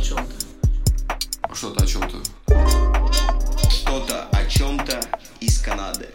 чем-то. Что-то о чем-то. Что-то о чем-то из Канады.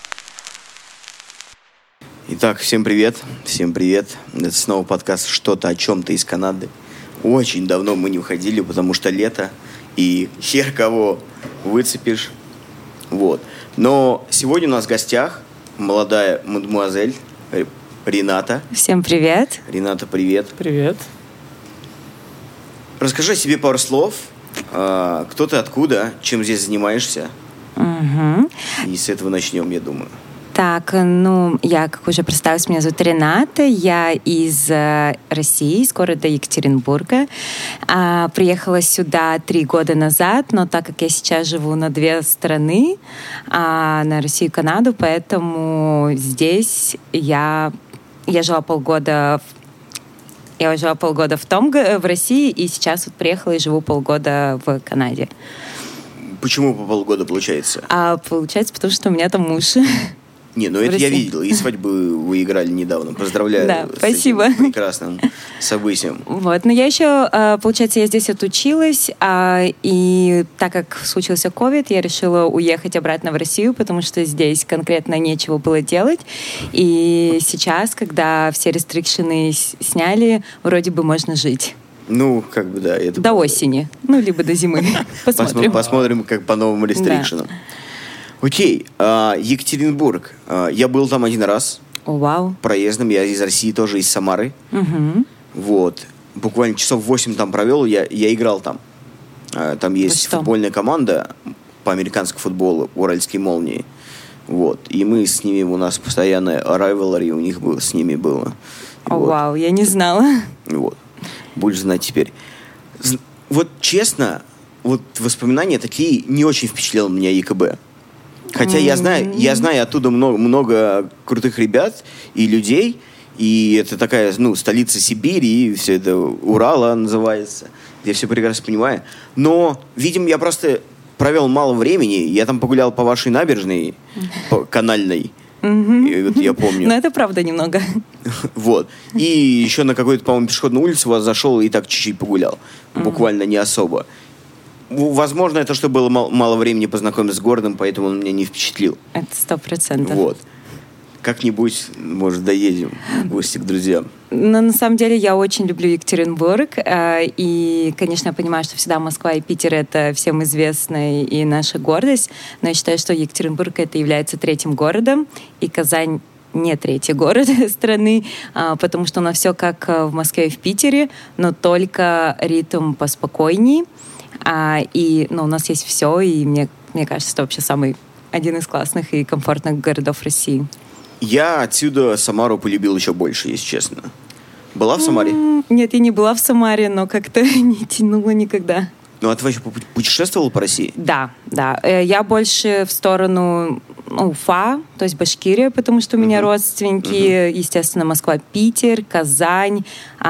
Итак, всем привет. Это снова подкаст «Что-то о чем-то из Канады». Очень давно мы не выходили, потому что лето, и хер кого выцепишь. Вот. Но сегодня у нас в гостях молодая мадемуазель Рената. Всем привет. Рената, привет. Привет. Расскажи о себе пару слов. Кто ты, откуда, чем здесь занимаешься? Угу. И с этого начнем, я думаю. Так, я, как уже представилась, меня зовут Рената, я из России, из города Екатеринбурга. Приехала сюда 3 года назад, но так как я сейчас живу на 2 страны, на Россию и Канаду, поэтому здесь я жила полгода в России, и сейчас вот приехала и живу полгода в Канаде. Почему по полгода получается? Получается, потому что у меня там муж. Не, ну это я видел, и свадьбу вы играли недавно. Поздравляю да, с спасибо. этим прекрасным событием. Вот, но я еще, получается, я здесь отучилась, и так как случился ковид, я решила уехать обратно в Россию, потому что здесь конкретно нечего было делать. И сейчас, когда все рестрикшены сняли, вроде бы можно жить. Ну, как бы, да. Это до осени, либо до зимы. Посмотрим, как по новым рестрикшенам. Окей, Екатеринбург. Я был там 1 раз. Вау. Проездом. Я из России тоже, из Самары. Угу. Вот. Буквально часов 8 там провел. Я играл там. Там есть футбольная команда по американскому футболу, Уральские молнии. Вот. И мы с ними, у нас постоянное rivalry у них было, с ними было. Вот. Вау, я не знала. Вот. Будешь знать теперь. Вот честно, вот воспоминания такие не очень впечатлило меня ЕКБ. Хотя я знаю оттуда много крутых ребят и людей, и это такая, столица Сибири, и все это Урала называется. Я все прекрасно понимаю. Но, видимо, я просто провел мало времени. Я там погулял по вашей набережной, по канальной. И вот я помню. Но это правда немного. Вот. И еще на какую-то, по-моему, пешеходную улицу вас зашел и так чуть-чуть погулял. Буквально не особо. Возможно, это что было мало времени познакомиться с городом, поэтому он меня не впечатлил. Это 100%. Вот. Как-нибудь, может, доедем в гости к друзьям. Но на самом деле я очень люблю Екатеринбург. И, конечно, я понимаю, что всегда Москва и Питер — это всем известная и наша гордость. Но я считаю, что Екатеринбург — это является 3-м городом, и Казань не 3-й город страны, потому что у нас все как в Москве и в Питере, но только ритм поспокойней. И у нас есть все, и мне кажется, это вообще один из классных и комфортных городов России. Я отсюда Самару полюбил еще больше, если честно. Была в Самаре? Нет, я не была в Самаре, но как-то не тянула никогда. А ты вообще путешествовала по России? Да. Я больше в сторону Уфа, то есть Башкирия, потому что у меня родственники, естественно, Москва, Питер, Казань,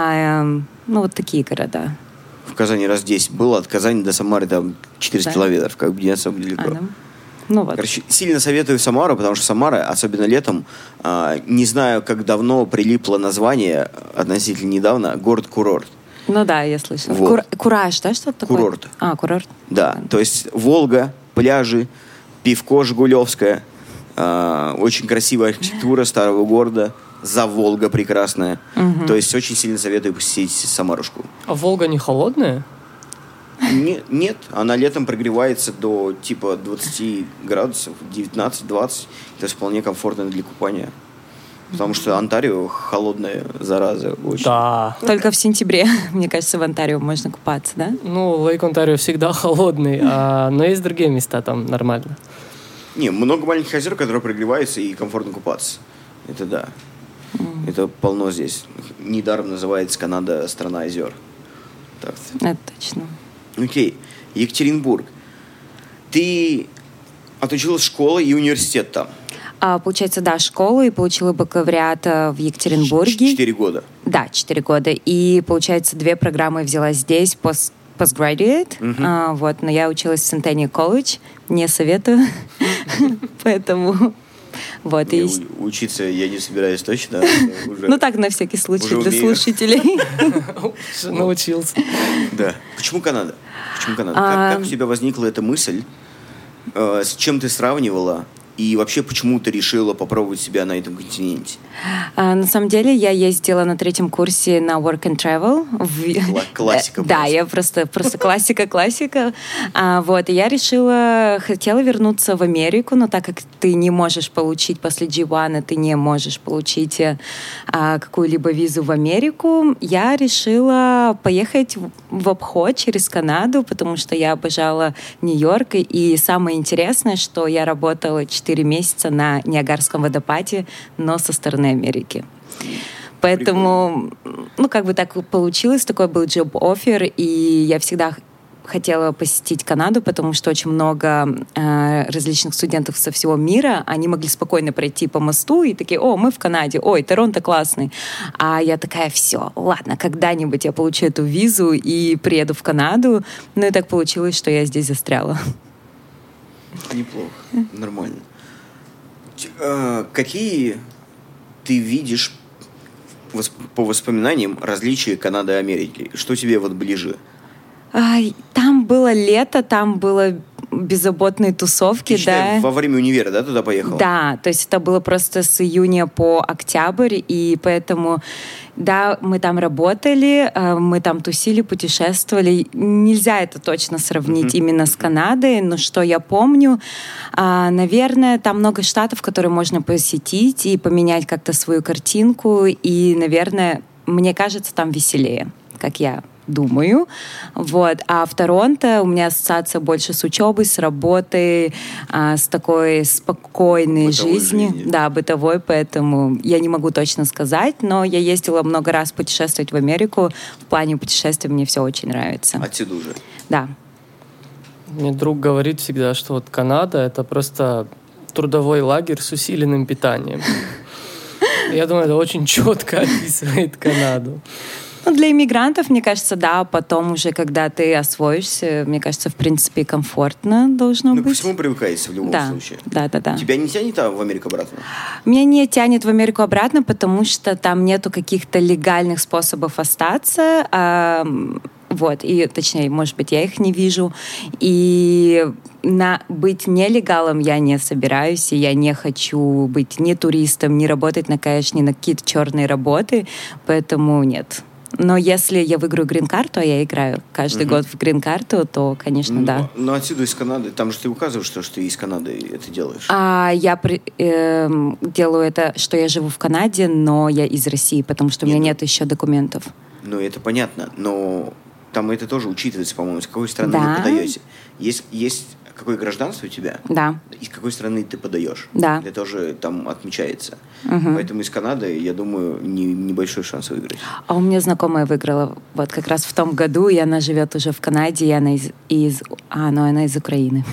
вот такие города. В Казани раз 10 было, от Казани до Самары там 400 километров, как бы не особо далеко. Вот. Короче, сильно советую Самару, потому что Самара, особенно летом, не знаю, как давно прилипло название, относительно недавно, город-курорт. Я слышала. Вот. Кураж, да, что-то такое? Курорт. Курорт. Да, то есть Волга, пляжи, пивко Жигулевское, очень красивая архитектура старого города, Заволга прекрасная. То есть очень сильно советую посетить Самарушку. А Волга не холодная? Нет, она летом прогревается до типа 20 градусов, 19-20. Это вполне комфортно для купания. Потому что Онтарио холодная зараза очень. Да. Только в сентябре, мне кажется, в Онтарио можно купаться, да? Лейк Онтарио всегда холодный, но есть другие места там нормально. Много маленьких озер, которые прогреваются и комфортно купаться. Это да. Это полно здесь. Недаром называется Канада страна озер. Так. Это точно. Окей. Екатеринбург. Ты отучилась школу и университет там? Получается, да, школу, и получила бакалавриат в Екатеринбурге. 4 года? Да, 4 года. И, получается, 2 программы взяла здесь, postgraduate. Но я училась в Centennial College. Не советую. Поэтому Вот, Не, учиться я не собираюсь точно. Уже, ну так, на всякий случай, уже для умею. слушателей. Научился. Да. Почему Канада? Как у тебя возникла эта мысль? С чем ты сравнивала? И вообще, почему ты решила попробовать себя на этом континенте? На самом деле, я ездила на 3-м курсе на Work and Travel. Классика. Да, я просто классика. Вот, и я хотела вернуться в Америку, но так как ты не можешь получить после G1, ты не можешь получить какую-либо визу в Америку, я решила поехать в обход через Канаду, потому что я обожала Нью-Йорк. И самое интересное, что я работала 4 месяца на Ниагарском водопаде, но со стороны Америки. Поэтому, как бы так получилось, такой был job-offer, и я всегда хотела посетить Канаду, потому что очень много различных студентов со всего мира, они могли спокойно пройти по мосту и такие: о, мы в Канаде, ой, Торонто классный. А я такая: все, ладно, когда-нибудь я получу эту визу и приеду в Канаду. Ну и так получилось, что я здесь застряла. Неплохо, нормально. Какие ты видишь по воспоминаниям различия Канады и Америки? Что тебе вот ближе? Там было лето, там было беззаботные тусовки, Ты, считай, во время универа, да, туда поехала? Да, то есть это было просто с июня по октябрь, и поэтому, да, мы там работали, мы там тусили, путешествовали. Нельзя это точно сравнить именно с Канадой, но что я помню, наверное, там много штатов, которые можно посетить и поменять как-то свою картинку, и, наверное, мне кажется, там веселее, как я думаю. Вот. А в Торонто у меня ассоциация больше с учебой, с работой, с такой спокойной жизнью. Да, бытовой, поэтому я не могу точно сказать, но я ездила много раз путешествовать в Америку. В плане путешествий мне все очень нравится. Отсюда уже? Да. Мне друг говорит всегда, что вот Канада — это просто трудовой лагерь с усиленным питанием. Я думаю, это очень четко описывает Канаду. Для иммигрантов, мне кажется, да, потом уже, когда ты освоишься, мне кажется, в принципе, комфортно должно быть. Ко всему привыкаешься в любом случае. Да. Тебя не тянет в Америку обратно? Меня не тянет в Америку обратно, потому что там нету каких-то легальных способов остаться. Вот, и, точнее, может быть, я их не вижу. И быть нелегалом я не собираюсь, и я не хочу быть ни туристом, ни работать на кэш, ни на какие-то черные работы, поэтому нет. Но если я выиграю грин-карту, а я играю каждый год в грин-карту, то, конечно, да. Но отсюда из Канады, там же ты указываешь, что ты из Канады это делаешь. Я делаю это, что я живу в Канаде, но я из России, потому что у меня нет еще документов. Ну, это понятно, но там это тоже учитывается, по-моему, с какой страны вы подаете. Есть какое гражданство у тебя? Да. Из какой страны ты подаешь? Да. Это тоже там отмечается. Поэтому из Канады, я думаю, небольшой шанс выиграть. А у меня знакомая выиграла. Вот как раз в том году, и она живет уже в Канаде, и она она из Украины.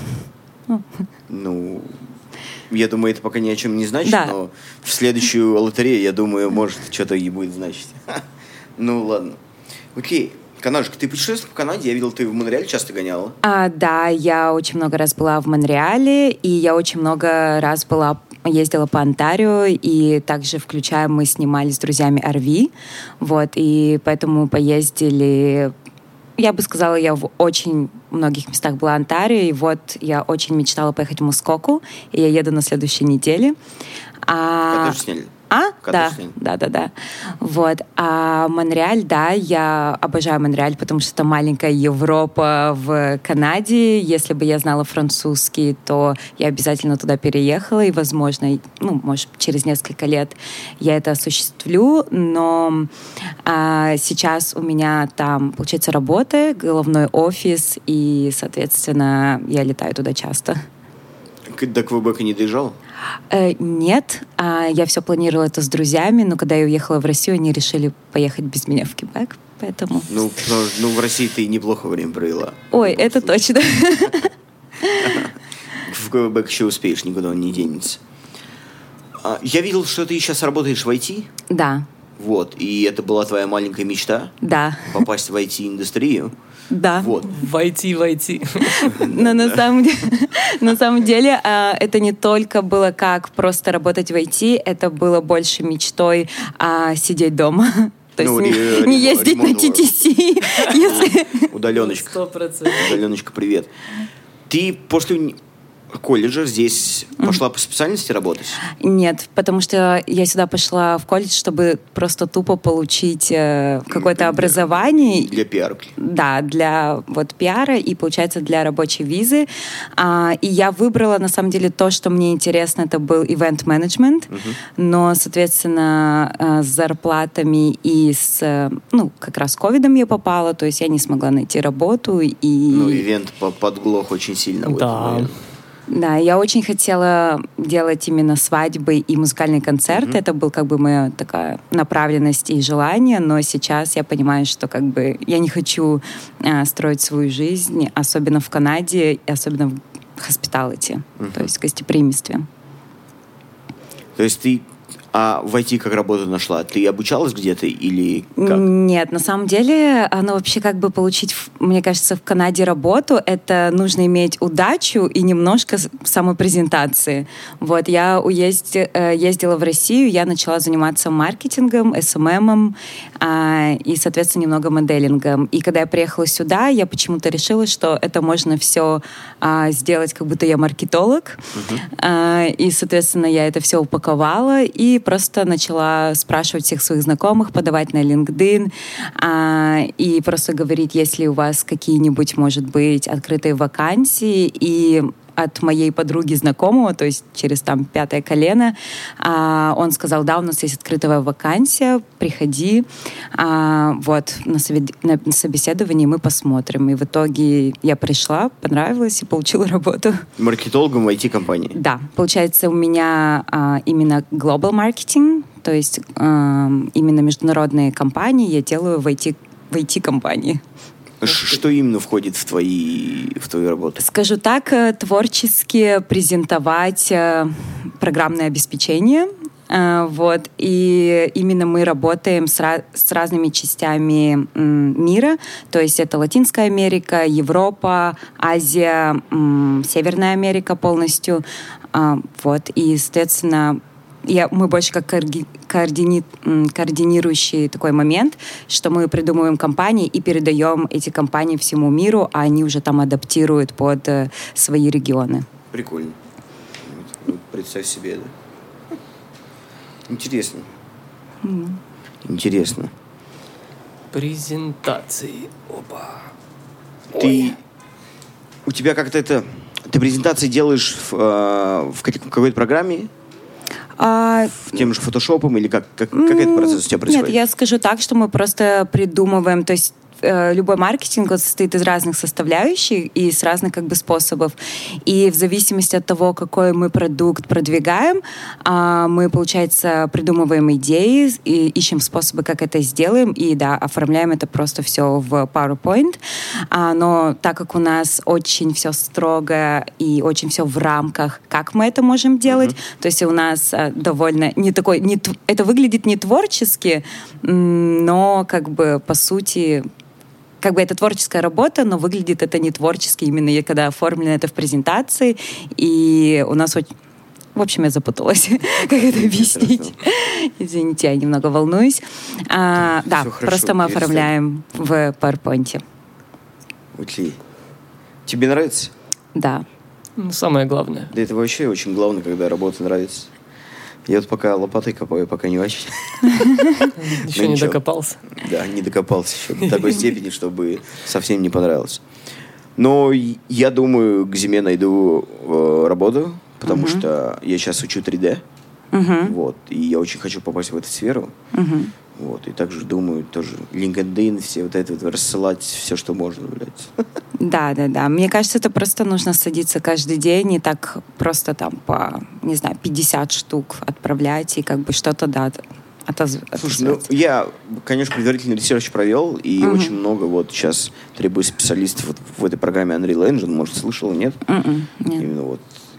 Ну, я думаю, это пока ни о чем не значит, да. Но в следующую лотерею, я думаю, может, что-то и будет значить. Ну, ладно. Окей. Канажка, ты путешествовала в Канаде? Я видел, ты в Монреаль часто гоняла. Да, я очень много раз была в Монреале, и я очень много раз ездила по Онтарио, и также, включая, мы снимали с друзьями RV, вот, и поэтому поездили. Я бы сказала, я в очень многих местах была в Онтарио, и вот я очень мечтала поехать в Мускоку, и я еду на следующей неделе. Коттедж сняли? Да. Вот. А Монреаль, да, я обожаю Монреаль, потому что это маленькая Европа в Канаде. Если бы я знала французский, то я обязательно туда переехала, и, возможно, может, через несколько лет я это осуществлю. Но сейчас у меня там, получается, работа, головной офис, и, соответственно, я летаю туда часто. До Квебека не доезжала? Нет, я все планировала это с друзьями, но когда я уехала в Россию, они решили поехать без меня в Квебек, поэтому... Ну, в России ты неплохо время провела. Ой, это точно. В Квебек еще успеешь, никуда он не денется. Я видел, что ты сейчас работаешь в IT. Да. Вот. И это была твоя маленькая мечта? Да. Попасть в IT-индустрию? Да. Вот. Войти. Но на самом деле это не только было как просто работать в IT, это было больше мечтой сидеть дома. То есть не ездить на TTC. Удаленочка. 100%. Удаленочка, привет. Ты после колледжа здесь пошла по специальности работать? Нет, потому что я сюда пошла в колледж, чтобы просто тупо получить какое-то образование. Для пиара. Да, для пиара и, получается, для рабочей визы. И я выбрала, на самом деле, то, что мне интересно, это был ивент-менеджмент, но, соответственно, с зарплатами и как раз с ковидом я попала, то есть я не смогла найти работу. Ивент подглох очень сильно. Да. Да, я очень хотела делать именно свадьбы и музыкальные концерты. Это был моя такая направленность и желание, но сейчас я понимаю, что я не хочу строить свою жизнь, особенно в Канаде, и особенно в hospitality, то есть в гостеприимстве. То есть ты в IT как работу нашла? Ты обучалась где-то или как? Нет, на самом деле, вообще получить, мне кажется, в Канаде работу, это нужно иметь удачу и немножко самопрезентации. Вот, я ездила в Россию, я начала заниматься маркетингом, SMM, и, соответственно, немного моделингом. И когда я приехала сюда, я почему-то решила, что это можно все сделать, как будто я маркетолог. И, соответственно, я это все упаковала и просто начала спрашивать всех своих знакомых, подавать на LinkedIn и просто говорить, есть ли у вас какие-нибудь, может быть, открытые вакансии. И от моей подруги знакомого, то есть через 5-е колено, он сказал, да, у нас есть открытая вакансия, приходи, на собеседовании мы посмотрим. И в итоге я пришла, понравилось и получила работу. Маркетологом в IT-компании? Да, получается, у меня именно global marketing, то есть именно международные компании я делаю в IT-компании. Что именно входит в твою работу? Скажу так, творчески презентовать программное обеспечение. И именно мы работаем с разными частями мира. То есть это Латинская Америка, Европа, Азия, Северная Америка полностью. И, соответственно, мы больше как координирующий такой момент, что мы придумываем компании и передаем эти компании всему миру, а они уже там адаптируют под свои регионы. Прикольно. Представь себе, да? Интересно. Интересно. Презентации. Опа. У тебя как-то это... Ты презентации делаешь в какой-то программе? Тем же фотошопом или как этот процесс у тебя происходит? Нет, я скажу так, что мы просто придумываем, то есть любой маркетинг состоит из разных составляющих и с разных способов. И в зависимости от того, какой мы продукт продвигаем, мы, получается, придумываем идеи и ищем способы, как это сделаем, и оформляем это просто все в PowerPoint. Но так как у нас очень все строго и очень все в рамках, как мы это можем делать, то есть у нас довольно это выглядит не творчески, но по сути это творческая работа, но выглядит это не творчески, именно когда оформлено это в презентации, и у нас очень... В общем, я запуталась, как это объяснить. Извините, я немного волнуюсь. Просто мы оформляем в PowerPoint. Окей. Тебе нравится? Да. Самое главное. Да это вообще очень главное, когда работа нравится. Я пока лопатой копаю, пока не очень. Еще не докопался. Да, не докопался еще до такой степени, чтобы совсем не понравилось. Но я думаю, к зиме найду работу, потому что я сейчас учу 3D. И я очень хочу попасть в эту сферу. И также думаю, тоже LinkedIn, все рассылать все, что можно, блядь. Да. Мне кажется, это просто нужно садиться каждый день и так просто по, 50 штук отправлять и что-то, Слушай, я, конечно, предварительный ресерч провел, и очень много сейчас требую специалистов в этой программе Unreal Engine. Может, слышал, нет? Нет. Именно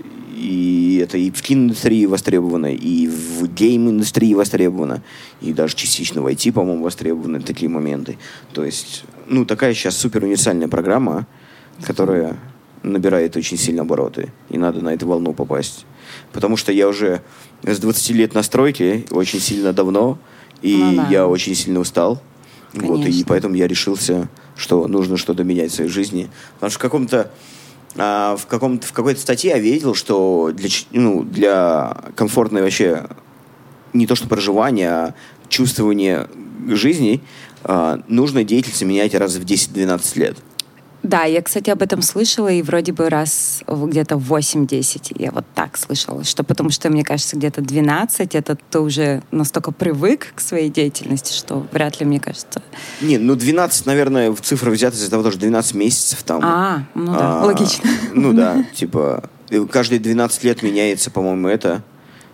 И это и в киноиндустрии востребовано, и в гейм-индустрии востребовано, и даже частично в IT, по-моему, востребованы такие моменты. То есть, такая сейчас супер универсальная программа, которая набирает очень сильно обороты, и надо на эту волну попасть. Потому что я уже с 20 лет на стройке, очень сильно давно, и я очень сильно устал. Вот, и поэтому я решился, что нужно что-то менять в своей жизни. Потому что в какой-то статье я видел, что для комфортной вообще не то что проживания, а чувствования жизни нужно деятельность менять раз в 10-12 лет. Да, я, кстати, об этом слышала, и вроде бы раз где-то в 8-10 я вот так слышала, потому что, мне кажется, где-то 12, это ты уже настолько привык к своей деятельности, что вряд ли, мне кажется... 12, наверное, в цифры взяты из-за того, что 12 месяцев там. Логично. Да, типа, каждые 12 лет меняется, по-моему, это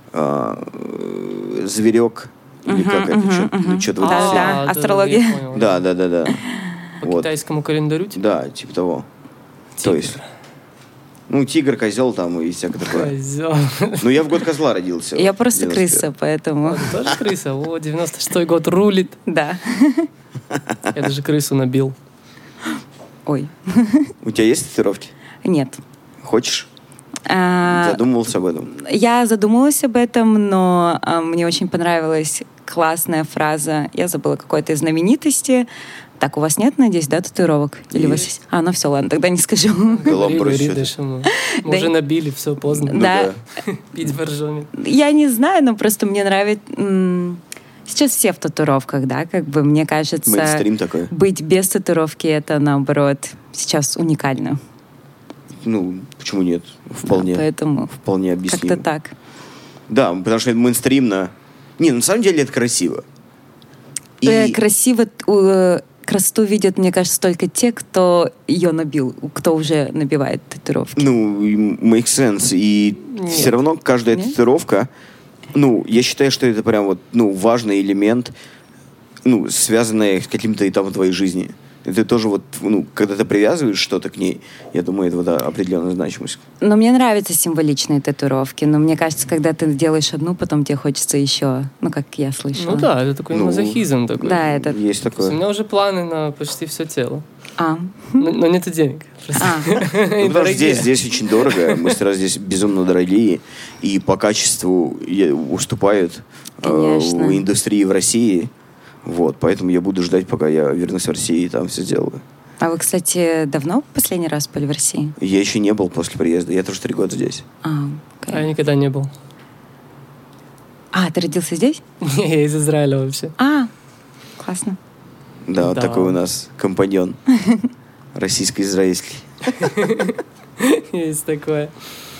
зверек, или как это, что-то вот это. Да, астрология. Да. По китайскому календарю? Да, типа того. То есть, тигр, козел там и всякое такое. Козел. Я в год козла родился. Я просто крыса, поэтому... Ты тоже крыса? 96-й год рулит. Да. Я даже крысу набил. Ой. У тебя есть татуировки? Нет. Хочешь? Задумывался об этом? Я задумалась об этом, но мне очень понравилась классная фраза. Я забыла какой-то из знаменитости. Так, у вас нет, надеюсь, да, татуировок? Или у вас есть? Ну все, ладно, тогда не скажу. Говори, дальше мы уже набили, все, поздно. Да. Пить боржоми. Я не знаю, но просто мне нравится... Сейчас все в татуировках, да, мне кажется... Мейнстрим такой. Быть без татуировки — это, наоборот, сейчас уникально. Почему нет? Вполне. Да, поэтому вполне объяснимо. как-то так. Да, потому что это мейнстримно. На самом деле это красиво. Красиво... Красоту видят, мне кажется, только те, кто ее набил, кто уже набивает татуировки. Make sense. И все равно каждая татуировка, я считаю, что это прям важный элемент, связанный с каким-то этапом твоей жизни. Это тоже когда ты привязываешь что-то к ней, я думаю, это определенная значимость. Но мне нравятся символичные татуировки, но мне кажется, когда ты делаешь одну, потом тебе хочется еще, как я слышала. Да, это такой мазохизм такой. Да, это... Есть такое. У меня уже планы на почти все тело. Но нет денег. Потому что здесь очень дорого, мастера здесь безумно дорогие, и по качеству уступают в индустрии в России. Поэтому я буду ждать, пока я вернусь в Россию и там все сделаю. А вы, кстати, давно последний раз были в России? Я еще не был после приезда. Я тоже 3 года здесь. Я никогда не был. Ты родился здесь? Не, я из Израиля вообще. Классно. Да, вот такой у нас компаньон. Российско-израильский. Есть такое.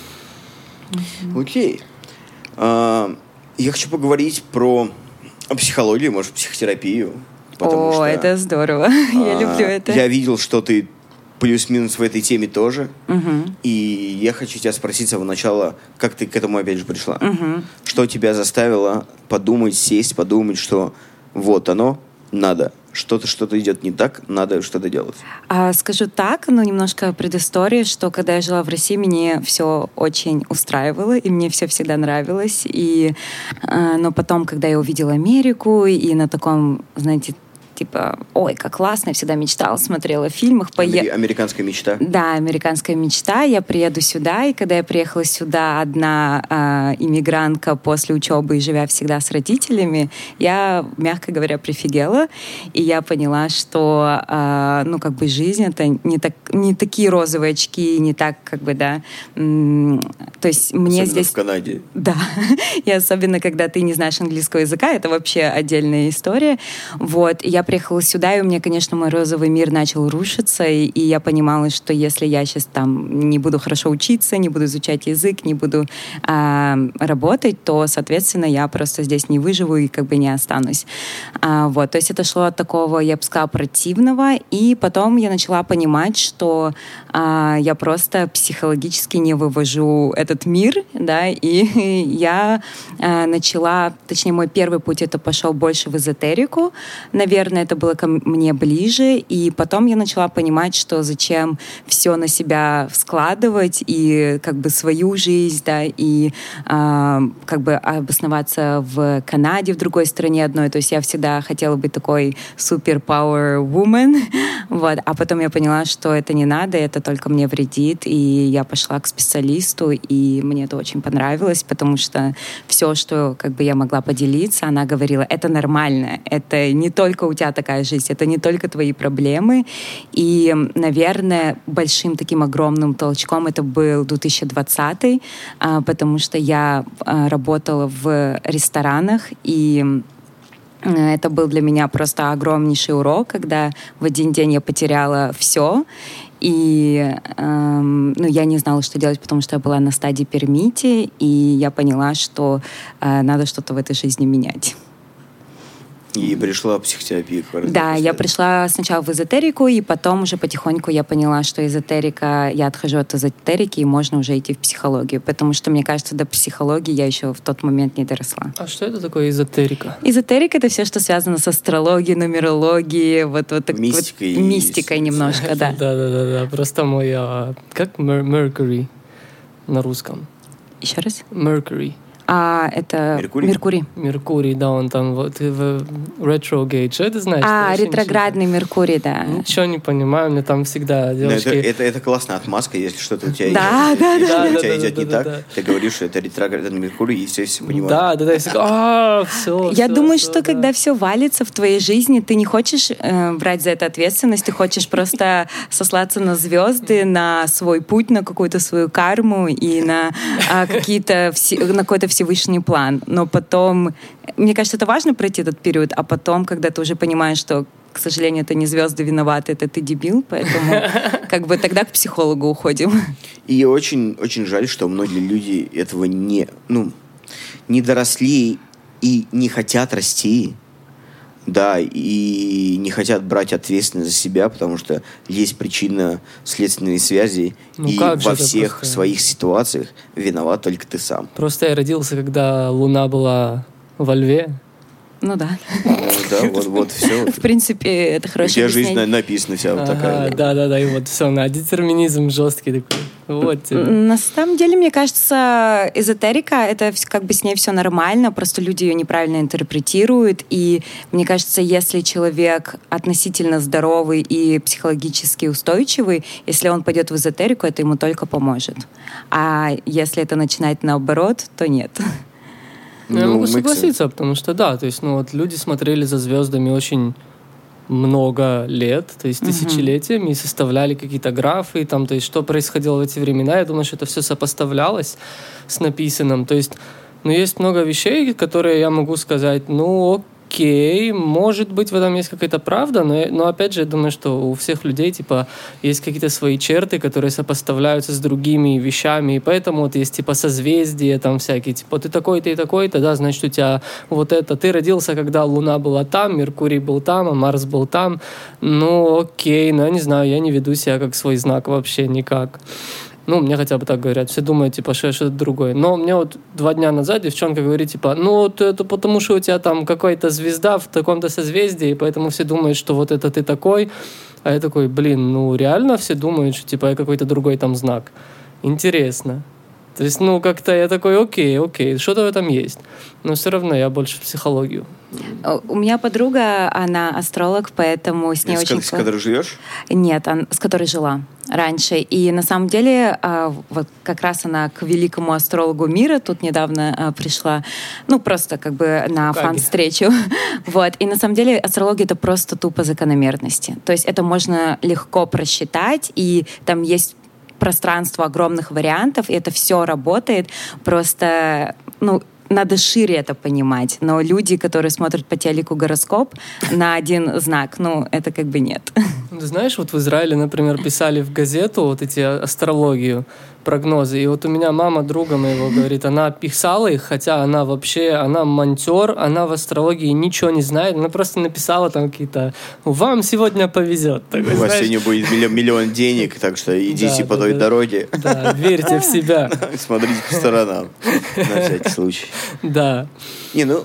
Окей. Я хочу поговорить про психологию, может, психотерапию. Это здорово. Я люблю это. Я видел, что ты плюс-минус в этой теме тоже. И я хочу тебя спросить с самого начала, как ты к этому опять же пришла. Что тебя заставило сесть, подумать, что оно, надо. Что-то идет не так, надо что-то делать. Скажу так, немножко предыстории, что когда я жила в России, мне все очень устраивало, и мне все всегда нравилось. Но потом, когда я увидела Америку, и на таком, знаете, типа, ой, как классно, я всегда мечтала, смотрела в фильмах. Американская мечта? Да, американская мечта. Я приеду сюда, и когда я приехала сюда одна иммигрантка после учебы и живя всегда с родителями, я, мягко говоря, прифигела, и я поняла, что, жизнь — это не такие розовые очки, не так, то есть мне особенно здесь... в Канаде. Да, и особенно, когда ты не знаешь английского языка, это вообще отдельная история. Я приехала сюда, и у меня, конечно, мой розовый мир начал рушиться, и я понимала, что если я сейчас там не буду хорошо учиться, не буду изучать язык, не буду работать, то, соответственно, я просто здесь не выживу и не останусь. То есть это шло от такого, я бы сказала, противного, и потом я начала понимать, что я просто психологически не вывожу этот мир, да, и я начала, точнее, мой первый путь это пошел больше в эзотерику, наверное, наверное, это было ко мне ближе, и потом я начала понимать, что зачем все на себя складывать, и как бы свою жизнь, да, и как бы обосноваться в Канаде, в другой стране одной. То есть я всегда хотела быть такой супер-пауэр woman, вот. А потом я поняла, что это не надо, это только мне вредит, и я пошла к специалисту, и мне это очень понравилось, потому что все, что как бы я могла поделиться, она говорила, это нормально, это не только у тебя такая жизнь, это не только твои проблемы. И, наверное, большим таким огромным толчком это был 2020, потому что я работала в ресторанах, и это был для меня просто огромнейший урок, когда в один день я потеряла все, и я не знала, что делать, потому что я была на стадии пермити, и я поняла, что надо что-то в этой жизни менять. И пришла в психотерапию. Да, я пришла сначала в эзотерику, и потом уже потихоньку я поняла, что эзотерика, я отхожу от эзотерики, и можно уже идти в психологию, потому что, мне кажется, до психологии я еще в тот момент не доросла. А что это такое эзотерика? Эзотерика — это все, что связано с астрологией, нумерологией, мистикой немножко, да. Да. Просто мой... Как Mercury на русском? Еще раз? Mercury. Это Меркурий. Меркурий, да, он там вот в retrograde. Что это значит? Ретроградный Меркурий, да. Ничего не понимаю, мне там всегда девушки... Это классная отмазка, если что-то у тебя идет не так. Ты говоришь, что это ретроградный Меркурий, и все понимают. Да, все. Я думаю, что когда все валится в твоей жизни, ты не хочешь брать за это ответственность, ты хочешь просто сослаться на звезды, на свой путь, на какую-то свою карму и на какой-то Всевышний план. Но потом, мне кажется, это важно пройти этот период, а потом, когда ты уже понимаешь, что, к сожалению, это не звезды виноваты, это ты дебил, поэтому как бы тогда к психологу уходим. И очень, очень жаль, что многие люди этого не доросли и не хотят расти. Да, и не хотят брать ответственность за себя, потому что есть причинно-следственные связи, и во всех своих ситуациях виноват только ты сам. Просто я родился, когда Луна была во Льве. Ну да. Да, вот все. В принципе, это хорошее объяснение. У тебя жизнь написана вся вот такая. Да, и вот все, на детерминизм жесткий такой. Вот тебе. На самом деле, мне кажется, эзотерика, это как бы с ней все нормально, просто люди ее неправильно интерпретируют, и мне кажется, если человек относительно здоровый и психологически устойчивый, если он пойдет в эзотерику, это ему только поможет. А если это начинать наоборот, то нет. Я могу согласиться, потому что да, то есть, люди смотрели за звездами очень много лет, то есть тысячелетиями, и составляли какие-то графы, там, то есть, что происходило в эти времена. Я думаю, что это все сопоставлялось с написанным. То есть, есть много вещей, которые я могу сказать, окей, может быть, в этом есть какая-то правда, но опять же, я думаю, что у всех людей, есть какие-то свои черты, которые сопоставляются с другими вещами, и поэтому вот есть, созвездия там всякие, ты такой-то и такой-то, да, значит, у тебя вот это, ты родился, когда Луна была там, Меркурий был там, а Марс был там, окей, я не знаю, я не веду себя как свой знак вообще никак. Мне хотя бы так говорят. Все думают, что я что-то другое. Но мне 2 дня назад девчонка говорит, это потому, что у тебя там какая-то звезда в таком-то созвездии, поэтому все думают, что вот это ты такой. А я такой, реально все думают, что я какой-то другой там знак. Интересно. То есть, как-то я такой, окей, что-то в этом есть. Но все равно я больше в психологию. У меня подруга, она астролог, поэтому с ней очень... С которой живешь? Нет, с которой жила раньше. И на самом деле, вот как раз она к великому астрологу мира тут недавно пришла, просто как бы на фан-встречу. Вот. И на самом деле астрология — это просто тупо закономерности. То есть это можно легко просчитать, и там есть пространство огромных вариантов, и это все работает. Просто, надо шире это понимать. Но люди, которые смотрят по телеку гороскоп на один знак, это как бы нет. Знаешь, вот в Израиле, например, писали в газету вот эти астрологию, прогнозы. И вот у меня мама друга моего говорит, она писала их, хотя она монтер, она в астрологии ничего не знает. Она просто написала там какие-то «Вам сегодня повезет». У вас сегодня будет миллион денег, так что идите по той дороге. Да, верьте в себя. Смотрите по сторонам, на всякий случай. Да.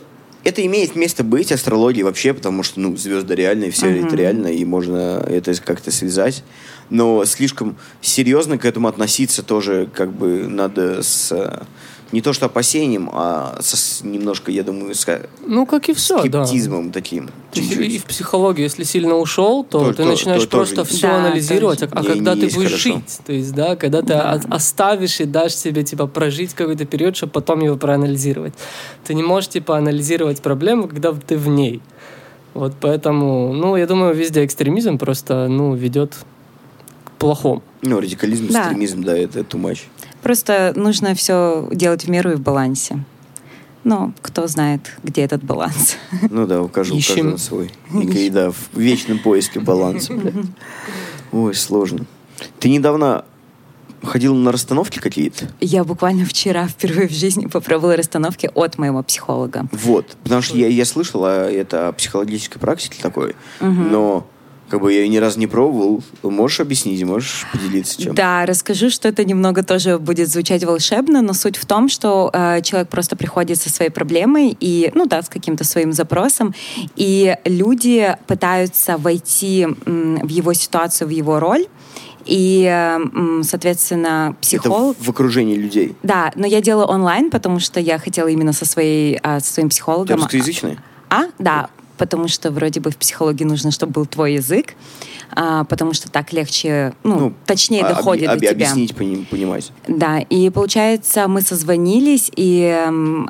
это имеет место быть, астрология вообще, потому что, ну, звезды реальные, все это реально, и можно это как-то связать. Но слишком серьезно к этому относиться тоже как бы надо с... Не то что опасением, а немножко, я думаю, как и все, скептизмом таким. И в психологию, если сильно ушел, то ты начинаешь просто все анализировать, когда ты будешь жить. То есть, да, когда ты оставишь и дашь себе, типа, прожить какой-то период, чтобы потом его проанализировать. Ты не можешь, типа, анализировать проблему, когда ты в ней. Вот поэтому, я думаю, везде экстремизм просто, ведет к плохому. Радикализм, экстремизм, да, это too much. Просто нужно все делать в меру и в балансе. Но кто знает, где этот баланс. Ну да, у каждого свой. И да, в вечном поиске баланса. Ой, сложно. Ты недавно ходила на расстановки какие-то? Я буквально вчера впервые в жизни попробовала расстановки от моего психолога. Вот, потому что я слышала это о психологической практике такой, но... Как бы я ее ни разу не пробовал. Можешь объяснить, можешь поделиться чем? Да, расскажу, что это немного тоже будет звучать волшебно, но суть в том, что человек просто приходит со своей проблемой и, с каким-то своим запросом, и люди пытаются войти в его ситуацию, в его роль, и, соответственно, психолог... Это в окружении людей? Да, но я делала онлайн, потому что я хотела именно со своим психологом... Ты русскоязычная? Да. Потому что вроде бы в психологии нужно, чтобы был твой язык, потому что так легче, точнее доходит до тебя. Объяснить, понимать. Да, и получается, мы созвонились, и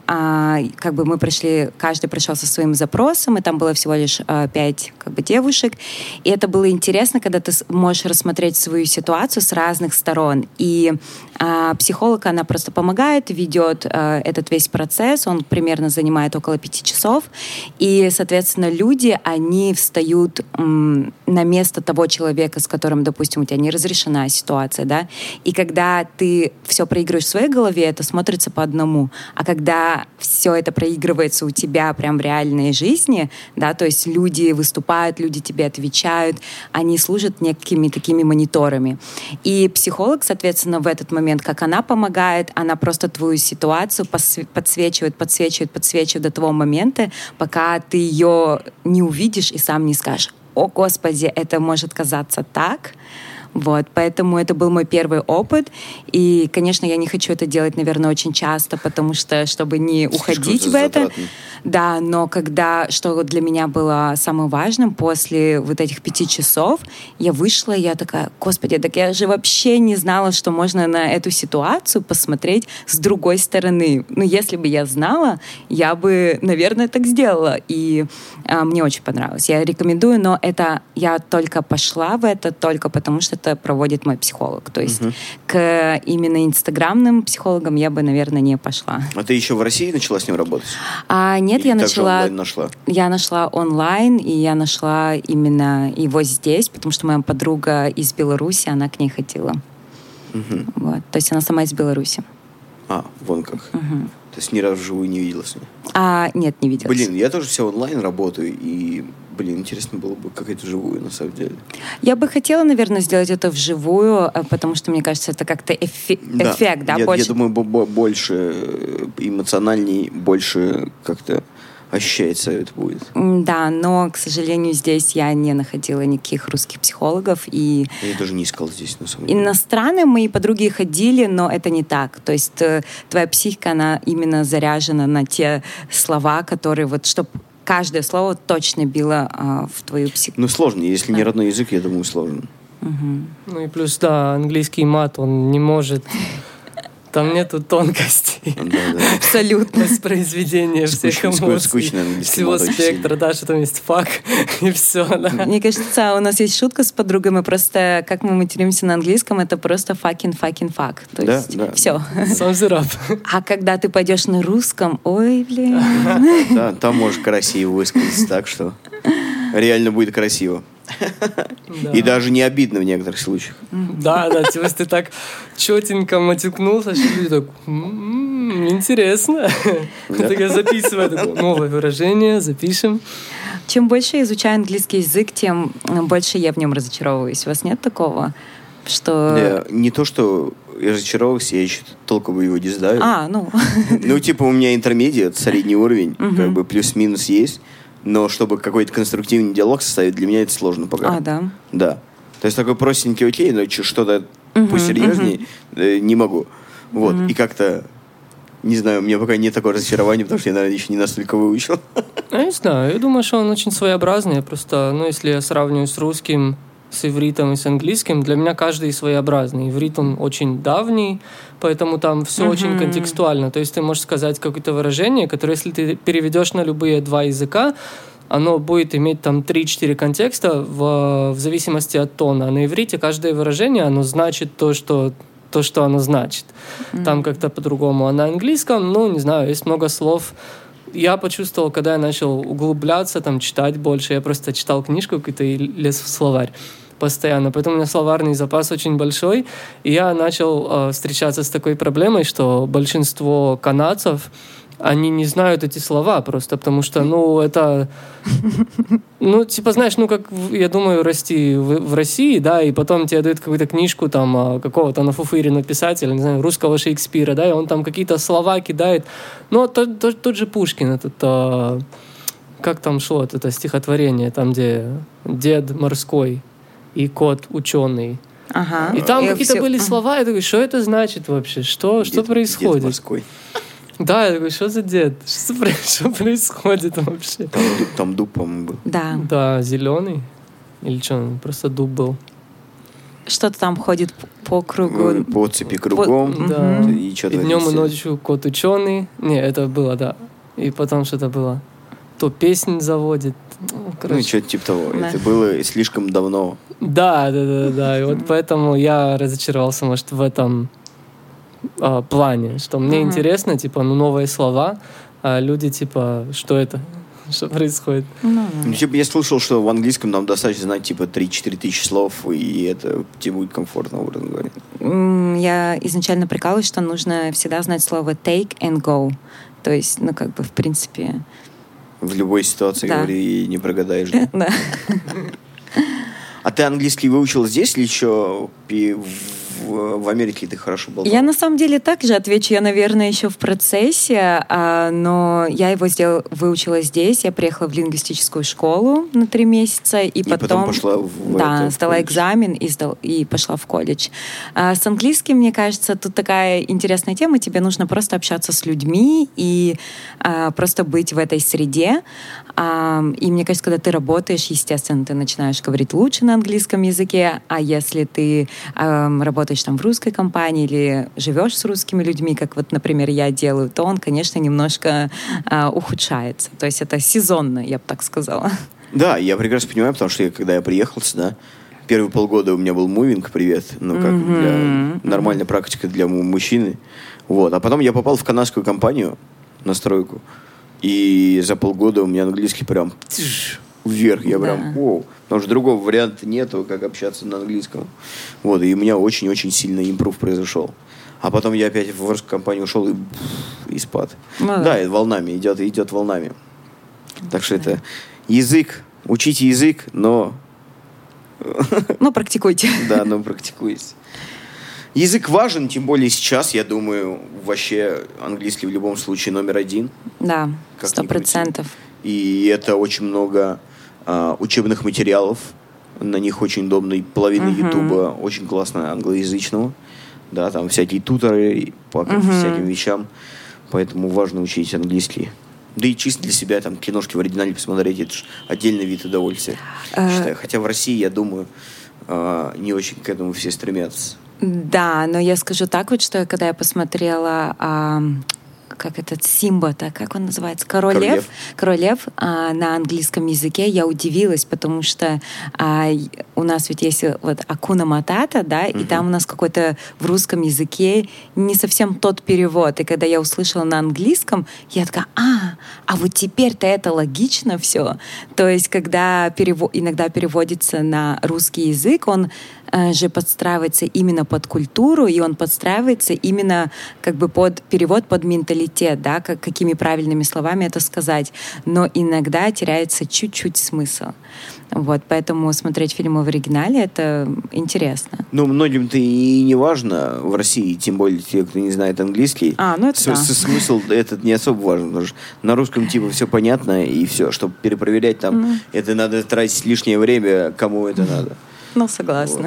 мы пришли, каждый пришел со своим запросом, и там было всего лишь 5 девушек, и это было интересно, когда ты можешь рассмотреть свою ситуацию с разных сторон, и психолог, она просто помогает, ведет этот весь процесс, он примерно занимает около 5 часов, и, соответственно, люди, они встают на место того человека, с которым, допустим, у тебя не разрешена ситуация, да, и когда ты все проигрываешь в своей голове, это смотрится по одному, а когда все это проигрывается у тебя прям в реальной жизни, да, то есть люди выступают, люди тебе отвечают, они служат некими такими мониторами. И психолог, соответственно, в этот момент, как она помогает, она просто твою ситуацию подсвечивает до того момента, пока ты ее не увидишь и сам не скажешь: «О, Господи, это может казаться так». Вот, поэтому это был мой первый опыт. И, конечно, я не хочу это делать, наверное, очень часто, потому что, чтобы не уходить в это. Да, но что для меня было самым важным, после вот этих 5 часов я вышла, и я такая: Господи, так я же вообще не знала, что можно на эту ситуацию посмотреть с другой стороны. Если бы я знала, я бы, наверное, так сделала. И мне очень понравилось. Я рекомендую, но я только пошла в это только потому, что это проводит мой психолог. То есть к именно инстаграмным психологам я бы, наверное, не пошла. А ты еще в России начала с ним работать? Нет, я нашла. Я нашла онлайн, и я нашла именно его здесь, потому что моя подруга из Беларуси, она к ней ходила. Вот. То есть она сама из Беларуси. Вон как. То есть ни разу вживую не видела с ней? Нет, не виделась. Я тоже все онлайн работаю, и, интересно было бы как-то вживую, на самом деле. Я бы хотела, наверное, сделать это вживую, потому что, мне кажется, это как-то эффект, да? Я думаю, больше эмоциональней, больше как-то ощущается это будет. Да, но, к сожалению, здесь я не находила никаких русских психологов. Я тоже не искала здесь, на самом деле. Иностранные мои подруги ходили, но это не так. То есть твоя психика, она именно заряжена на те слова, которые чтобы каждое слово точно било в твою психику. Сложно. Если не родной язык, я думаю, сложно. И плюс, английский мат, он не может... Там нету тонкостей. Абсолютно. Воспроизведение всех эмоций, всего спектра, да, что там есть фак, и все. Да. Мне кажется, у нас есть шутка с подругой, мы просто, как мы материмся на английском, это просто fucking fuck. То есть все. Sums it up. А когда ты пойдешь на русском, ой, блин. Да, там можешь красиво высказаться, так что реально будет красиво. И даже не обидно в некоторых случаях. Да, типа, ты так четенько матюкнулся, что люди так: интересно. Так я записываю новое выражение, запишем. Чем больше я изучаю английский язык, тем больше я в нем разочаровываюсь. У вас нет такого? Что... Не то, что я разочаровался, я еще толком его не знаю. Ну. Ну, типа, у меня интермедиат, средний уровень, как бы плюс-минус есть, но чтобы какой-то конструктивный диалог составить, для меня это сложно пока. Да? Да. То есть такой простенький окей, но что-то посерьезнее не могу. Вот, и как-то, не знаю, у меня пока нет такого разочарования, потому что я, наверное, еще не настолько выучил. Я не знаю, я думаю, что он очень своеобразный, просто, если я сравниваю с русским, с ивритом и с английским, для меня каждый своеобразный. Иврит, он очень давний, поэтому там все очень контекстуально. То есть ты можешь сказать какое-то выражение, которое, если ты переведешь на любые два языка, оно будет иметь там 3-4 контекста в зависимости от тона. А на иврите каждое выражение, оно значит то, что оно значит. Там как-то по-другому. А на английском, не знаю, есть много слов. Я почувствовал, когда я начал углубляться, там, читать больше, я просто читал книжку какую-то и лез в словарь постоянно. Поэтому у меня словарный запас очень большой. И я начал встречаться с такой проблемой, что большинство канадцев, они не знают эти слова просто, потому что, это... знаешь, как, я думаю, расти в России, да, и потом тебе дают какую-то книжку там какого-то нафуфыренного писателя, не знаю, русского Шекспира, да, и он там какие-то слова кидает. Тот же Пушкин, этот... как там шло это стихотворение, там, где дед морской и кот ученый. И там какие-то были слова, я такой, что это значит вообще? Что происходит? Дед морской. Да, я такой, что за дед? Что происходит вообще? Там дуб, по-моему, был. Да. Да, зеленый. Или что, просто дуб был. Что-то там ходит по кругу. По цепи кругом. Да. И днем и ночью кот ученый. Не, это было, да. И потом что-то было. То песнь заводит. Что-то типа того. Да. Это было слишком давно. Да. И вот поэтому я разочаровался, может, в этом плане, что мне интересно, новые слова, а люди, что это? Что происходит? Я слышал, что в английском нам достаточно знать, 3-4 тысячи слов, и это тебе будет комфортно, образно говоря. Я изначально прикалываюсь, что нужно всегда знать слово take and go. То есть, в принципе... В любой ситуации, говори, и не прогадаешь. Да. А ты английский выучил здесь или еще в Америке ты хорошо болтал? Я на самом деле также отвечу. Я, наверное, еще в процессе, но я его выучила здесь. Я приехала в лингвистическую школу на 3 месяца. И потом пошла сдала экзамен и пошла в колледж. С английским, мне кажется, тут такая интересная тема. Тебе нужно просто общаться с людьми и просто быть в этой среде. И мне кажется, когда ты работаешь, естественно, ты начинаешь говорить лучше на английском языке. А если ты работаешь там в русской компании или живешь с русскими людьми, как например, я делаю, то он, конечно, немножко ухудшается. То есть это сезонно, я бы так сказала. Да, я прекрасно понимаю, потому что когда я приехал сюда, первые полгода у меня был мувинг, привет, нормальная практика для мужчины. Вот. А потом я попал в канадскую компанию на стройку, и за полгода у меня английский прям вверх. Я прям, потому что другого варианта нету, как общаться на английском. Вот, и у меня очень-очень сильный импрув произошел. А потом я опять в русскую компанию ушел и спад. Да, и волнами, идет волнами. Так что это язык, учите язык, но... Но практикуйте. Да, но практикуйте. Язык важен, тем более сейчас, я думаю, вообще английский в любом случае номер 1. Да, 100%. И это очень много учебных материалов. На них очень удобно. И половина Ютуба очень классно англоязычного. Да, там всякие туторы по всяким вещам. Поэтому важно учить английский. Да и чисто для себя там киношки в оригинале посмотреть, это же отдельный вид удовольствия. Считаю. Хотя в России, я думаю, не очень к этому все стремятся. Да, но я скажу так когда я посмотрела как этот Симба-то, как он называется? Король Лев на английском языке, я удивилась, потому что у нас ведь есть Акуна Матата, да, и там у нас какой-то в русском языке не совсем тот перевод. И когда я услышала на английском, я такая, а вот теперь-то это логично все. То есть, когда иногда переводится на русский язык, он же подстраивается именно под культуру, и он подстраивается именно как бы под перевод, под менталитет, да, какими правильными словами это сказать. Но иногда теряется чуть-чуть смысл. Вот, поэтому смотреть фильмы в оригинале — это интересно. Ну, многим-то и не важно в России, тем более те, кто не знает английский. Ну это да. Смысл этот не особо важен, потому что на русском типа все понятно, и все. Чтобы перепроверять там, это надо тратить лишнее время, кому это надо. Ну, согласна.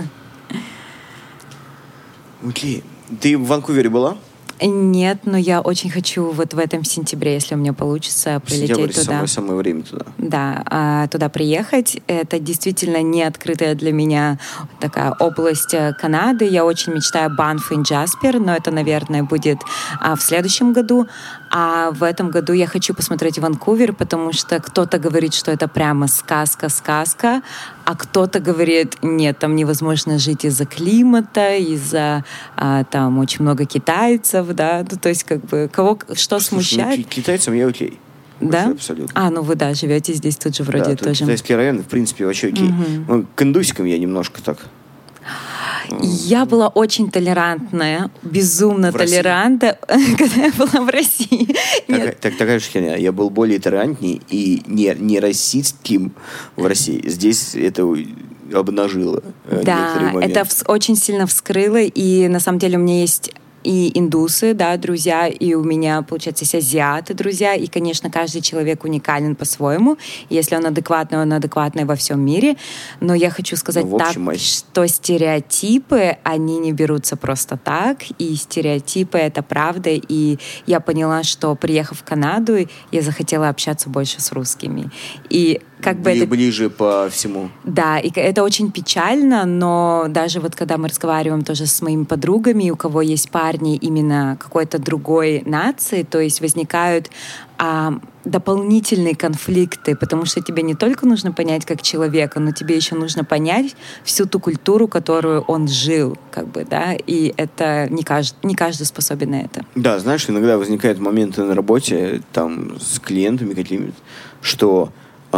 Вот. Окей. Ты в Ванкувере была? Нет, но я очень хочу вот в этом сентябре, если у меня получится, прилететь туда. Самое время туда. Да, туда приехать. Это действительно не открытая для меня такая область Канады. Я очень мечтаю Банф и Джаспер, но это, наверное, будет в следующем году. А в этом году я хочу посмотреть Ванкувер, потому что кто-то говорит, что это прямо сказка, а кто-то говорит, нет, там невозможно жить из-за климата, из-за там очень много китайцев, да, ну, то есть как бы кого что смущает. Ну, китайцам я окей. Да? Абсолютно. Ну вы, да, живете здесь тут же вроде да, тоже. Китайский район, в принципе, вообще окей. Ну, к индусикам я немножко так... Я была очень толерантная, безумно толерантна, когда я была в России. Такая же херня. Я был более толерантней и не расистским в России. Здесь это обнажило некоторые моменты. Да, это очень сильно вскрыло, и на самом деле у меня есть и индусы, да, друзья, и у меня, получается, есть азиаты, друзья, и, конечно, каждый человек уникален по-своему. Если он адекватный во всем мире. Но я хочу сказать что стереотипы, они не берутся просто так, и стереотипы — это правда, и я поняла, что, приехав в Канаду, я захотела общаться больше с русскими. И как бы ближе по всему. Да, и это очень печально, но даже вот когда мы разговариваем тоже с моими подругами, у кого есть парни именно какой-то другой нации, то есть возникают дополнительные конфликты, потому что тебе не только нужно понять как человека, но тебе еще нужно понять всю ту культуру, которую он жил, как бы, да, и это не каждый способен на это. Да, знаешь, иногда возникают моменты на работе, там, с клиентами какими-то, что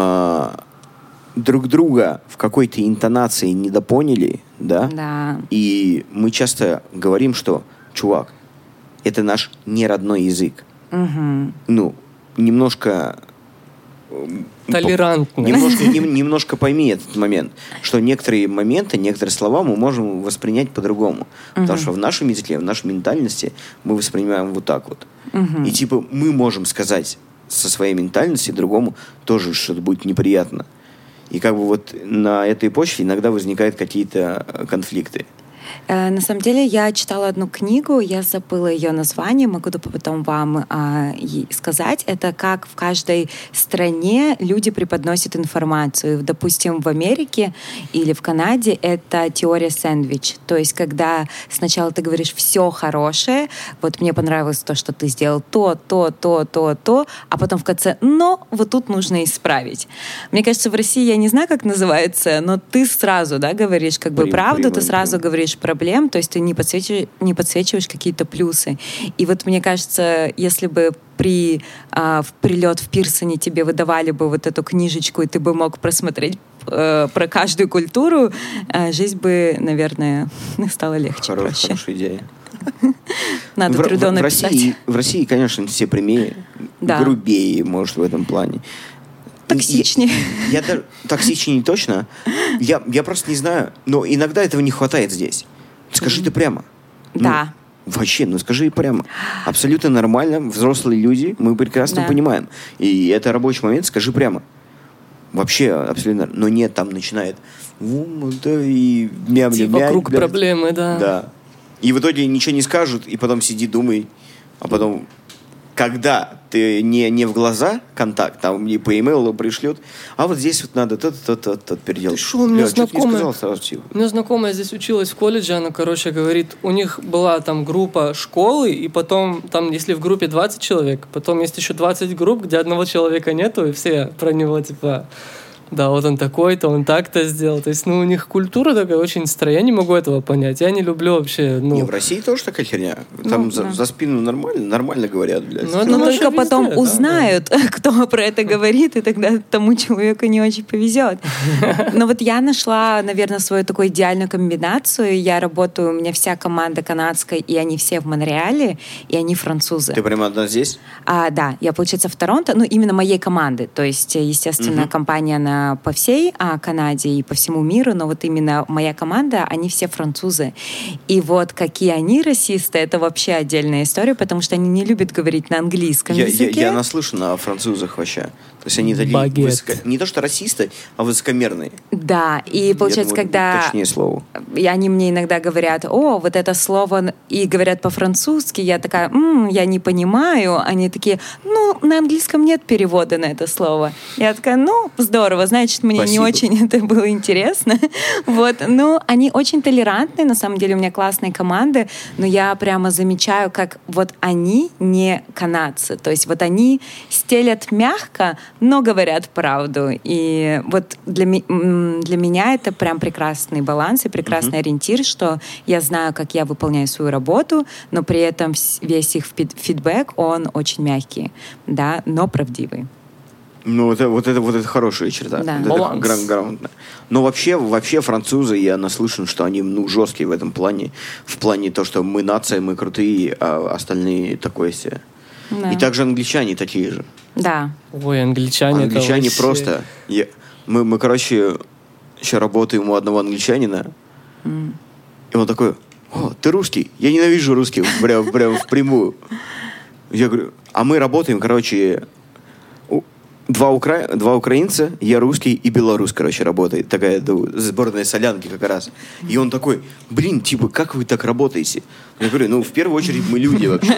друг друга в какой-то интонации недопоняли, да? Да. И мы часто говорим, что, чувак, это наш неродной язык. Угу. Ну, немножко... Толерантно. Немножко пойми этот момент, что некоторые моменты, некоторые слова мы можем воспринять по-другому. Потому что в нашем языке, в нашей ментальности мы воспринимаем вот так вот. И типа мы можем сказать со своей ментальностью другому тоже что-то будет неприятно. И как бы вот на этой почве иногда возникают какие-то конфликты. На самом деле я читала одну книгу, я забыла ее название, могу потом вам сказать. Это как в каждой стране люди преподносят информацию. Допустим, в Америке или в Канаде это теория сэндвич. То есть когда сначала ты говоришь «все хорошее», вот мне понравилось то, что ты сделал то, а потом в конце «но вот тут нужно исправить». Мне кажется, в России, я не знаю, как называется, но ты сразу, да, говоришь как бы правду, ты сразу говоришь проблем, то есть ты не подсвечиваешь какие-то плюсы. И вот мне кажется, если бы в прилет в Пирсоне тебе выдавали бы вот эту книжечку, и ты бы мог просмотреть про каждую культуру, жизнь бы, наверное, стала легче, проще. Хорошая идея. Надо Трюдо написать. В России, конечно, все прямее, грубее, может, в этом плане. Токсичнее. Я даже токсичнее точно. Я просто не знаю. Но иногда этого не хватает здесь. Скажи ты прямо. Да. Вообще, скажи прямо. Абсолютно нормально. Взрослые люди, мы прекрасно понимаем. И это рабочий момент, скажи прямо. Вообще, абсолютно. Но нет, там начинает и вокруг проблемы, да. Да. И в итоге ничего не скажут, и потом сиди, думай, а потом... Когда ты не в глаза контакт, там мне по имейлу пришлют, а вот здесь вот надо тот переделать. Ты шо, у меня знакомая здесь училась в колледже, она, говорит, у них была там группа школы, и потом, там, если в группе 20 человек, потом есть еще 20 групп, где одного человека нету, и все про него, да, вот он такой-то, он так-то сделал. То есть, у них культура такая очень странная. Я не могу этого понять. Я не люблю вообще, Не, в России тоже такая херня. Там за спину нормально говорят, блядь. Но только потом узнают, кто про это говорит, и тогда тому человеку не очень повезет. Но вот я нашла, наверное, свою такую идеальную комбинацию. Я работаю, у меня вся команда канадская, и они все в Монреале, и они французы. Ты прямо одна здесь? Да, я, получается, в Торонто, именно моей команды. То есть, естественно, компания, она по всей Канаде и по всему миру, но вот именно моя команда, они все французы. И вот какие они расисты, это вообще отдельная история, потому что они не любят говорить на английском языке. Я наслышан о французах вообще. То есть они такие не то что расисты, а высокомерные. Да, и получается, когда... Точнее слово. И они мне иногда говорят, вот это слово, и говорят по-французски, я такая, я не понимаю. Они такие, на английском нет перевода на это слово. Я такая, здорово, значит, мне Спасибо. не очень это было интересно. Вот, они очень толерантные, на самом деле у меня классные команды, но я прямо замечаю, как вот они не канадцы. То есть вот они стелят мягко, но говорят правду. И вот для меня это прям прекрасный баланс и прекрасный ориентир, что я знаю, как я выполняю свою работу, но при этом весь их фидбэк, он очень мягкий, да, но правдивый. Вот это хорошая черта. Да. Вот это грамотно. Но вообще французы, я наслышан, что они жесткие в этом плане. В плане того, что мы нация, мы крутые, а остальные такое себе. Да. И также англичане такие же. Да. Ой, англичане вообще... просто... Мы, короче, еще работаем у одного англичанина, и он такой, ты русский? Я ненавижу русских, прям впрямую. Я говорю, а мы работаем, короче... Два украинца, я русский и белорус, короче, работает. Такая сборная солянки как раз. И он такой, как вы так работаете? Я говорю, в первую очередь мы люди вообще.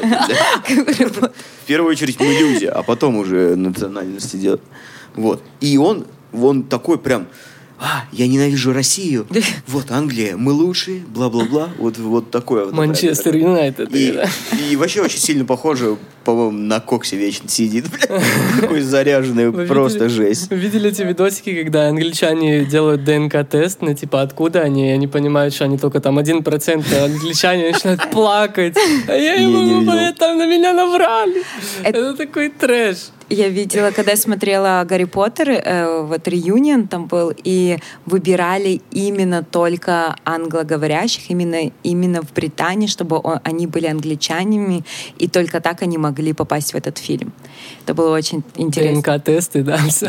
В первую очередь мы люди, а потом уже национальности делают. Вот. И он такой прям, я ненавижу Россию. Вот Англия, мы лучшие, бла-бла-бла. Вот такое. Манчестер Юнайтед. И вообще очень сильно похоже, по-моему, на коксе вечно сидит. Такой заряженный, просто жесть. Видели эти видосики, когда англичане делают ДНК-тест, откуда они? Они понимают, что они только там 1%, а англичане начинают плакать. А я не могу понять, там на меня наврали. Это такой трэш. Я видела, когда я смотрела «Гарри Поттер», реюнион там был, и выбирали именно только англоговорящих, именно в Британии, чтобы они были англичанами, и только так они могли попасть в этот фильм. Это было очень интересно. ДНК-тесты, да, все.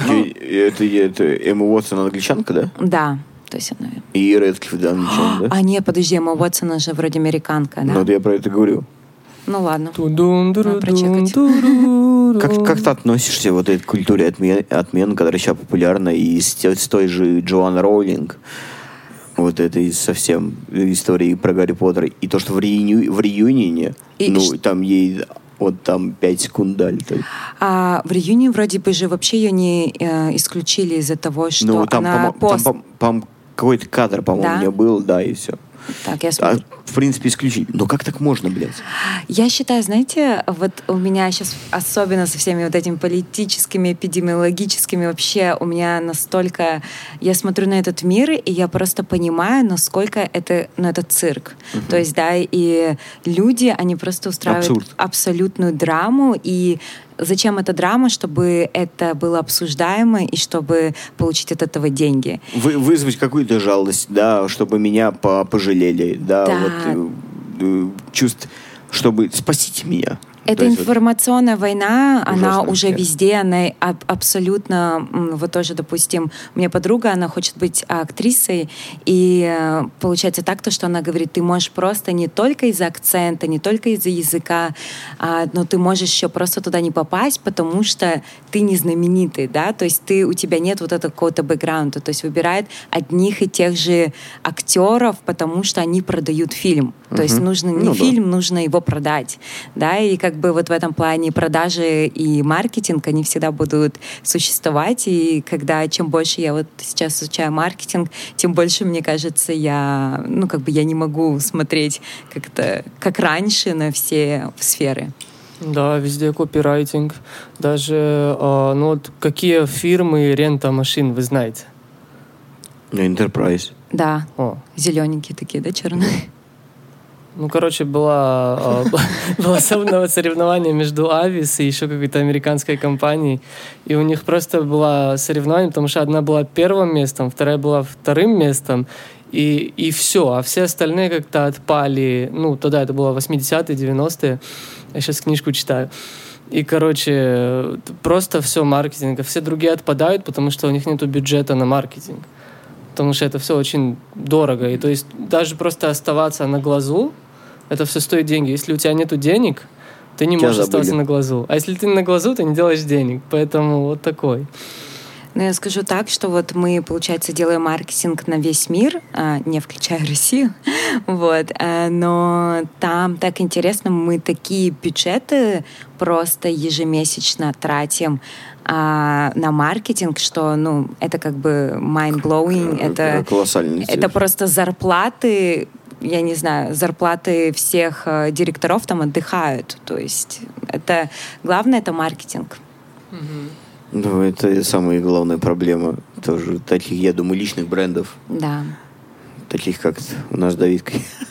Это Эмма Уотсон англичанка, да? Да. То есть она... И Рэдклифф, да, англичанка, да? Нет, подожди, Эмма Уотсон, она же вроде американка, да? Я про это говорю. Ладно. Надо прочекать. Как ты относишься к этой культуре отмен, которая сейчас популярна, и с той же Джоан Роулинг, вот этой совсем истории про Гарри Поттера, и то, что в реюнионе, там ей там 5 секунд дали. В реюнионе вроде бы же вообще ее не исключили из-за того, что она там какой-то кадр, по-моему, у нее был, да, и все. Так, я смотрю. В принципе, исключить. Но как так можно, блядь? Я считаю, знаете, у меня сейчас, особенно со всеми этими политическими, эпидемиологическими, вообще у меня настолько... Я смотрю на этот мир, и я просто понимаю, насколько это цирк. То есть, да, и люди, они просто устраивают абсолютную драму, и зачем эта драма? Чтобы это было обсуждаемо и чтобы получить от этого деньги. Вызвать какую-то жалость, да, чтобы меня пожалели, да. Чувств, чтобы спасите меня. Эта информационная война, она уже везде, она абсолютно... тоже, допустим, у меня подруга, она хочет быть актрисой, и получается так, что она говорит, ты можешь просто не только из-за акцента, не только из-за языка, но ты можешь еще просто туда не попасть, потому что ты не знаменитый, да, то есть у тебя нет этого какого-то бэкграунда, то есть выбирают одних и тех же актеров, потому что они продают фильм. То есть нужно не фильм, нужно его продать, да, и в этом плане продажи и маркетинг, они всегда будут существовать, и чем больше я сейчас изучаю маркетинг, тем больше, мне кажется, я не могу смотреть как раньше на все сферы. Да, везде копирайтинг. Даже, ну вот, какие фирмы рента машин вы знаете? Enterprise. Да. Зелененькие такие, да, черные? Ну, короче, было соревнование между Avis и еще какой-то американской компанией. И у них просто было соревнование, потому что одна была первым местом, вторая была вторым местом. И все. А все остальные как-то отпали. Ну, тогда это было 80-е, 90-е. Я сейчас книжку читаю. И, короче, просто все маркетинг. А все другие отпадают, потому что у них нет бюджета на маркетинг. Потому что это все очень дорого. И то есть даже просто оставаться на глазу, это все стоит деньги. Если у тебя нету денег, ты не можешь оставаться на глазу. А если ты на глазу, ты не делаешь денег. Поэтому вот такой. Ну, я скажу так, что вот мы, получается, делаем маркетинг на весь мир, не включая Россию, вот, но там так интересно, мы такие бюджеты просто ежемесячно тратим на маркетинг, что, ну, это как бы mind-blowing, это колоссальный. Это просто зарплаты, я не знаю, зарплаты всех директоров там отдыхают, то есть это главное, это маркетинг. Ну, это самая главная проблема тоже таких, я думаю, личных брендов. Да. Таких, как у нас Давид.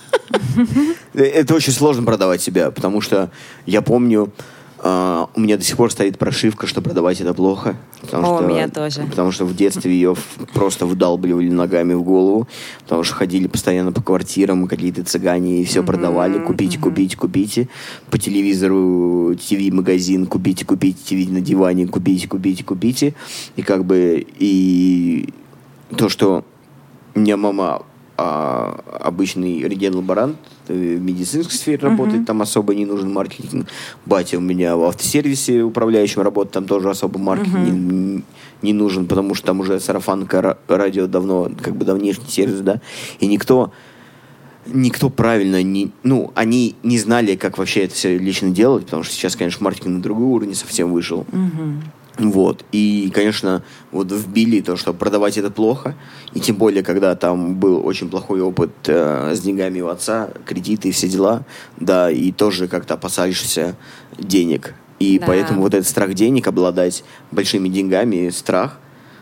Это очень сложно продавать себя, потому что я помню, у меня до сих пор стоит прошивка, что продавать это плохо. У меня тоже. Потому что в детстве ее просто выдалбливали ногами в голову, потому что ходили постоянно по квартирам, какие-то цыгане, и все продавали. Купите. По телевизору, ТВ-магазин, купите, ТВ на диване, купите. И как бы, и то, что у меня мама обычный рентген-лаборант, в медицинской сфере работает, там особо не нужен маркетинг. Батя у меня в автосервисе управляющим работает, там тоже особо маркетинг не нужен, потому что там уже сарафанка радио давно, как бы давнешний сервис, да, и никто правильно они не знали, как вообще это все лично делать, потому что сейчас, конечно, маркетинг на другой уровень совсем вышел. Вот. И, конечно, вот вбили то, что продавать это плохо. И тем более, когда там был очень плохой опыт с деньгами у отца, кредиты и все дела, да, и тоже как-то опасаешься денег. И поэтому вот этот страх денег, обладать большими деньгами, страх,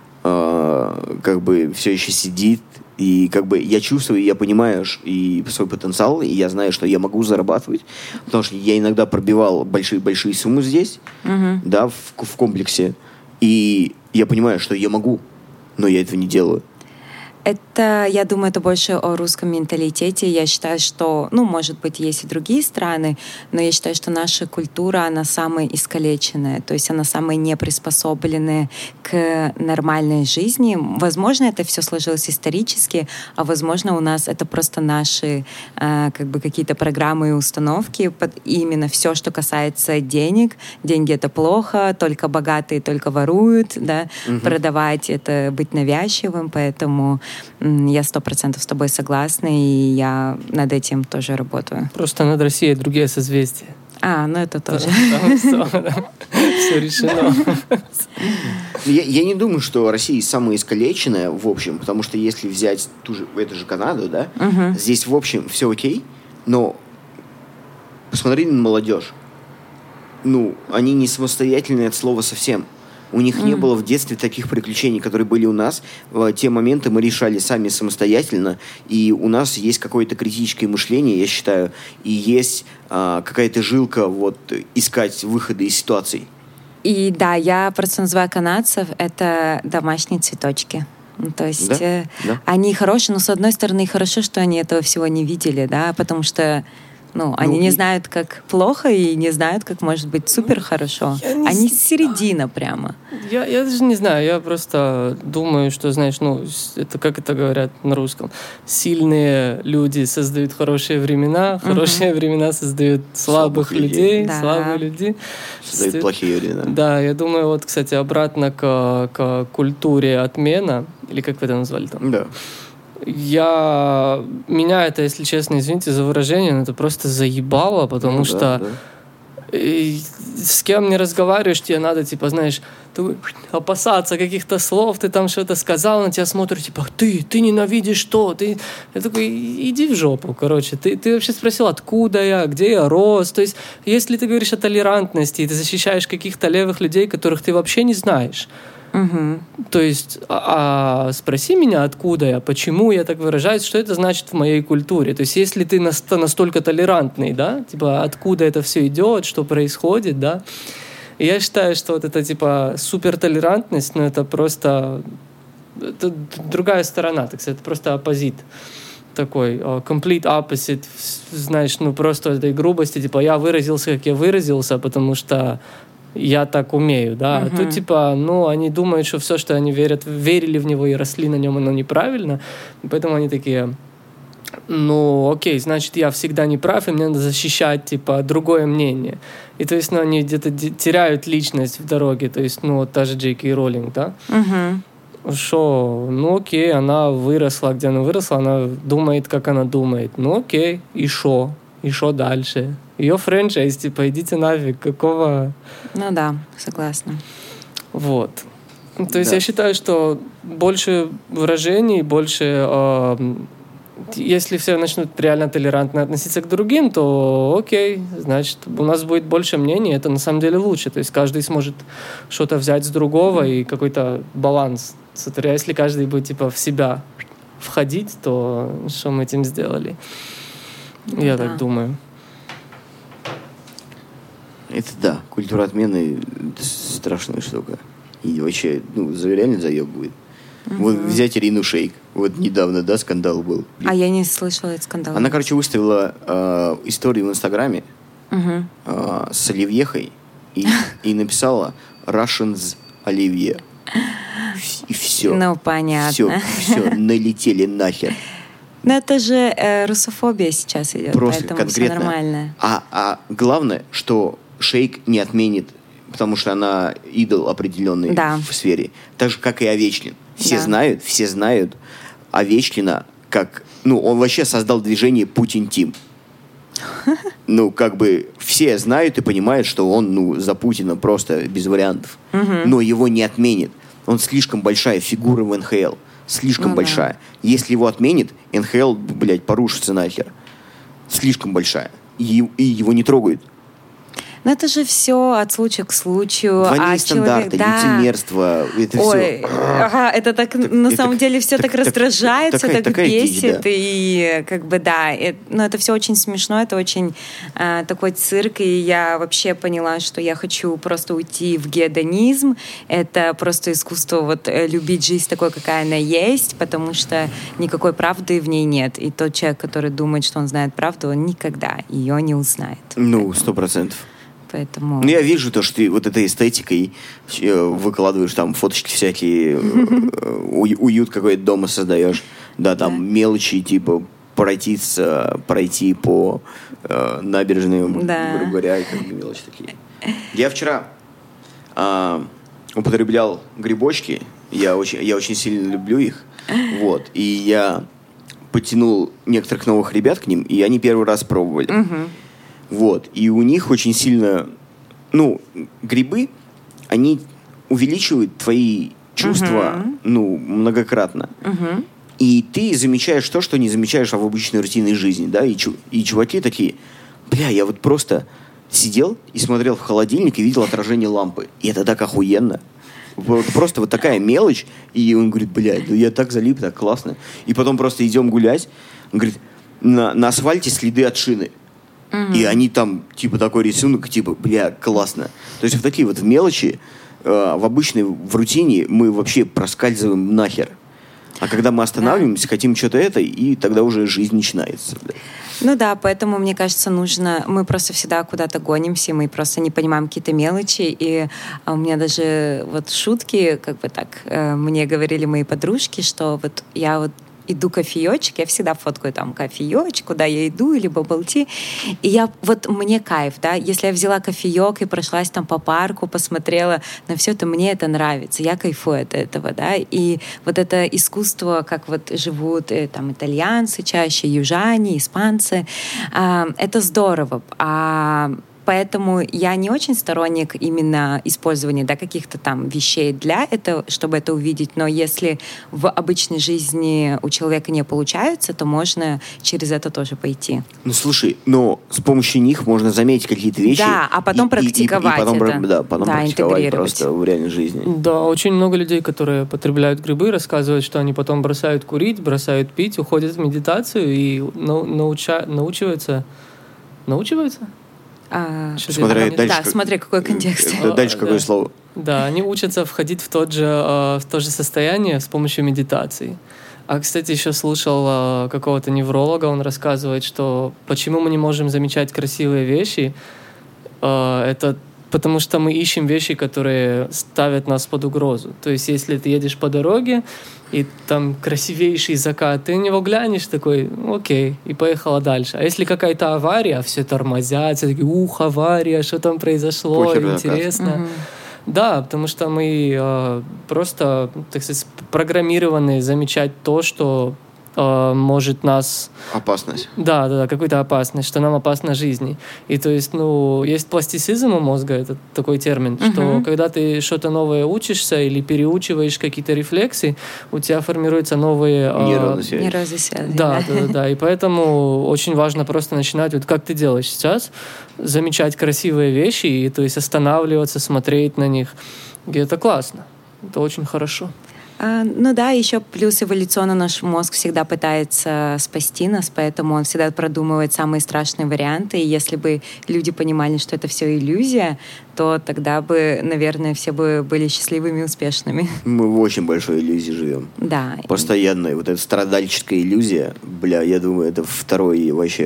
как бы все еще сидит. И как бы я чувствую, я понимаю и свой потенциал, и я знаю, что я могу зарабатывать, потому что я иногда пробивал большие суммы здесь, да, в комплексе, и я понимаю, что я могу, но я этого не делаю. Это, я думаю, это больше о русском менталитете. Я считаю, что, ну, может быть, есть и другие страны, но я считаю, что наша культура, она самая искалеченная, то есть она самая неприспособленная к нормальной жизни. Возможно, это все сложилось исторически, а возможно, у нас это просто наши как бы какие-то программы и установки, именно все, что касается денег. Деньги — это плохо, только богатые только воруют, да, продавать — это быть навязчивым, поэтому я 100% с тобой согласна, и я над этим тоже работаю. Просто над Россией другие созвездия. Ну это тоже. Все решено. Я не думаю, что Россия самая искалеченная, в общем, потому что если взять эту же Канаду, да, здесь, в общем, все окей, но посмотри на молодежь. Ну, они не самостоятельные от слова совсем. У них не было в детстве таких приключений, которые были у нас. В те моменты мы решали сами самостоятельно, и у нас есть какое-то критическое мышление, я считаю, и есть какая-то жилка вот искать выходы из ситуаций. И да, я просто называю канадцев это домашние цветочки. То есть они хорошие, но с одной стороны хорошо, что они этого всего не видели, да, потому что они не знают, как плохо, и не знают, как может быть супер хорошо. Они середина прямо. Я даже не знаю, я просто думаю, что, знаешь, это как это говорят на русском. Сильные люди создают хорошие времена, хорошие времена создают слабых людей, слабые люди создают плохие времена. Да, я думаю, вот, кстати, обратно к культуре отмена, или как вы это назвали там? Да. Меня это, если честно, извините за выражение, но это просто заебало, потому что с кем не разговариваешь, тебе надо, типа, знаешь, опасаться каких-то слов, ты там что-то сказал, на тебя смотрят, типа, ты ненавидишь что? Я такой, иди в жопу, короче. Ты вообще спросил, откуда я, где я рос? То есть, если ты говоришь о толерантности, и ты защищаешь каких-то левых людей, которых ты вообще не знаешь, то есть, спроси меня, откуда я, почему я так выражаюсь, что это значит в моей культуре. То есть, если ты настолько толерантный, да, типа, откуда это все идет, что происходит, да. И я считаю, что вот это, типа, супертолерантность, ну, это просто это другая сторона, так сказать, это просто оппозит. Такой complete opposite, знаешь, ну, просто этой грубости, типа, я выразился, как я выразился, потому что я так умею, да. А тут, типа, ну, они думают, что все, что они верили в него и росли на нем, оно неправильно. Поэтому они такие, ну, окей, значит, я всегда не прав, и мне надо защищать, типа, другое мнение. И, то есть, ну, они где-то теряют личность в дороге. То есть, ну, вот та же Джей Кей Роллинг, да. Шо, ну, окей, она выросла, где она выросла, она думает, как она думает. Ну, окей, и шо? И шо дальше? Ее франчайз, типа, идите нафиг, какого... Ну да, согласна. Вот. То есть я считаю, что больше выражений, больше... если все начнут реально толерантно относиться к другим, то окей, значит, у нас будет больше мнений, это на самом деле лучше. То есть каждый сможет что-то взять с другого и какой-то баланс. А если каждый будет, типа, в себя входить, то что мы этим сделали? Я так думаю. Это да, культура отмены — это страшная штука. И вообще, ну, реально заеб будет. Вот взять Ирину Шейк. Вот недавно, да, скандал был. А я не слышала этот скандал. Она, короче, выставила историю в Инстаграме с оливьехой и написала «Russians оливье». И все. Ну, понятно. Все, налетели нахер. Но это же русофобия сейчас идет, просто поэтому конкретно. Все нормально. А главное, что Шейк не отменит, потому что она идол определенный в сфере. Так же, как и Овечкин. Все знают Овечкина как... Ну, он вообще создал движение «Путин Тим». Ну, как бы все знают и понимают, что он, ну, за Путина просто без вариантов. Но его не отменит. Он слишком большая фигура в НХЛ. Слишком большая. Если его отменит, НХЛ, блядь, порушится нахер. Слишком большая. И его не трогают. Но это же все от случая к случаю. Двойные стандарты, лицемерство, это все. Ага, это так, на самом деле, все так раздражает, все так бесит. И как бы, да, но это все очень смешно, это очень такой цирк, и я вообще поняла, что я хочу просто уйти в гедонизм. Это просто искусство вот любить жизнь такой, какая она есть, потому что никакой правды в ней нет. И тот человек, который думает, что он знает правду, он никогда ее не узнает. Ну, 100%. Поэтому... Ну, я вижу то, что ты вот этой эстетикой выкладываешь там фоточки всякие, уют какой-то дома создаешь, да, там мелочи, типа пройти по набережной, грубо говоря, как бы мелочи такие. Я вчера употреблял грибочки, я очень сильно люблю их, вот, и я подтянул некоторых новых ребят к ним, и они первый раз пробовали. Вот. И у них очень сильно... Ну, грибы, они увеличивают твои чувства, ну, многократно. И ты замечаешь то, что не замечаешь в обычной рутинной жизни, да? И чуваки такие, бля, я вот просто сидел и смотрел в холодильник и видел отражение лампы. И это так охуенно. Просто вот такая мелочь. И он говорит, блядь, ну я так залип, так классно. И потом просто идем гулять. Он говорит, на асфальте следы от шины. И они там, типа, такой рисунок, типа, бля, классно. То есть в такие вот мелочи, в рутине мы вообще проскальзываем нахер. А когда мы останавливаемся, хотим что-то и тогда уже жизнь начинается. Бля. Ну да, поэтому, мне кажется, мы просто всегда куда-то гонимся, мы просто не понимаем какие-то мелочи, и у меня даже вот шутки, как бы так, мне говорили мои подружки, что вот я вот иду кофеечек, я всегда фоткаю там кофеечек, куда я иду, или бабл-ти. И мне кайф, да, если я взяла кофеек и прошлась там по парку, посмотрела на все это, мне это нравится, я кайфую от этого, да, и вот это искусство, как вот живут там итальянцы чаще, южане, испанцы, это здорово. поэтому я не очень сторонник именно использования, да, каких-то там вещей для этого, чтобы это увидеть, но если в обычной жизни у человека не получается, то можно через это тоже пойти. Ну, слушай, но с помощью них можно заметить какие-то вещи. Да, а потом практиковать и потом, это. Да, потом практиковать просто в реальной жизни. Да, очень много людей, которые потребляют грибы, рассказывают, что они потом бросают курить, бросают пить, уходят в медитацию и научиваются? Смотря какой контекст. Дальше какое слово. Да, они учатся входить в то же состояние с помощью медитации. А, кстати, еще слушал какого-то невролога, он рассказывает, что почему мы не можем замечать красивые вещи, это потому что мы ищем вещи, которые ставят нас под угрозу. То есть, если ты едешь по дороге, и там красивейший закат, ты на него глянешь такой, окей, и поехала дальше. А если какая-то авария, все тормозят, все такие, авария, что там произошло, похер, интересно. Да, потому что мы просто, так сказать, программированы замечать то, что может нас... Опасность. Да, какую-то опасность, что нам опасна жизнь. И то есть, есть пластицизм у мозга, это такой термин, что когда ты что-то новое учишься или переучиваешь какие-то рефлексы, у тебя формируются новые... Нейронные связи. Да. И поэтому очень важно просто начинать, вот как ты делаешь сейчас, замечать красивые вещи, и то есть останавливаться, смотреть на них. И это классно. Это очень хорошо. Еще плюс эволюционно наш мозг всегда пытается спасти нас, поэтому он всегда продумывает самые страшные варианты, и если бы люди понимали, что это все иллюзия, то тогда бы, наверное, все бы были счастливыми и успешными. Мы в очень большой иллюзии живем. Да. Постоянно. Вот эта страдальческая иллюзия, я думаю, это второй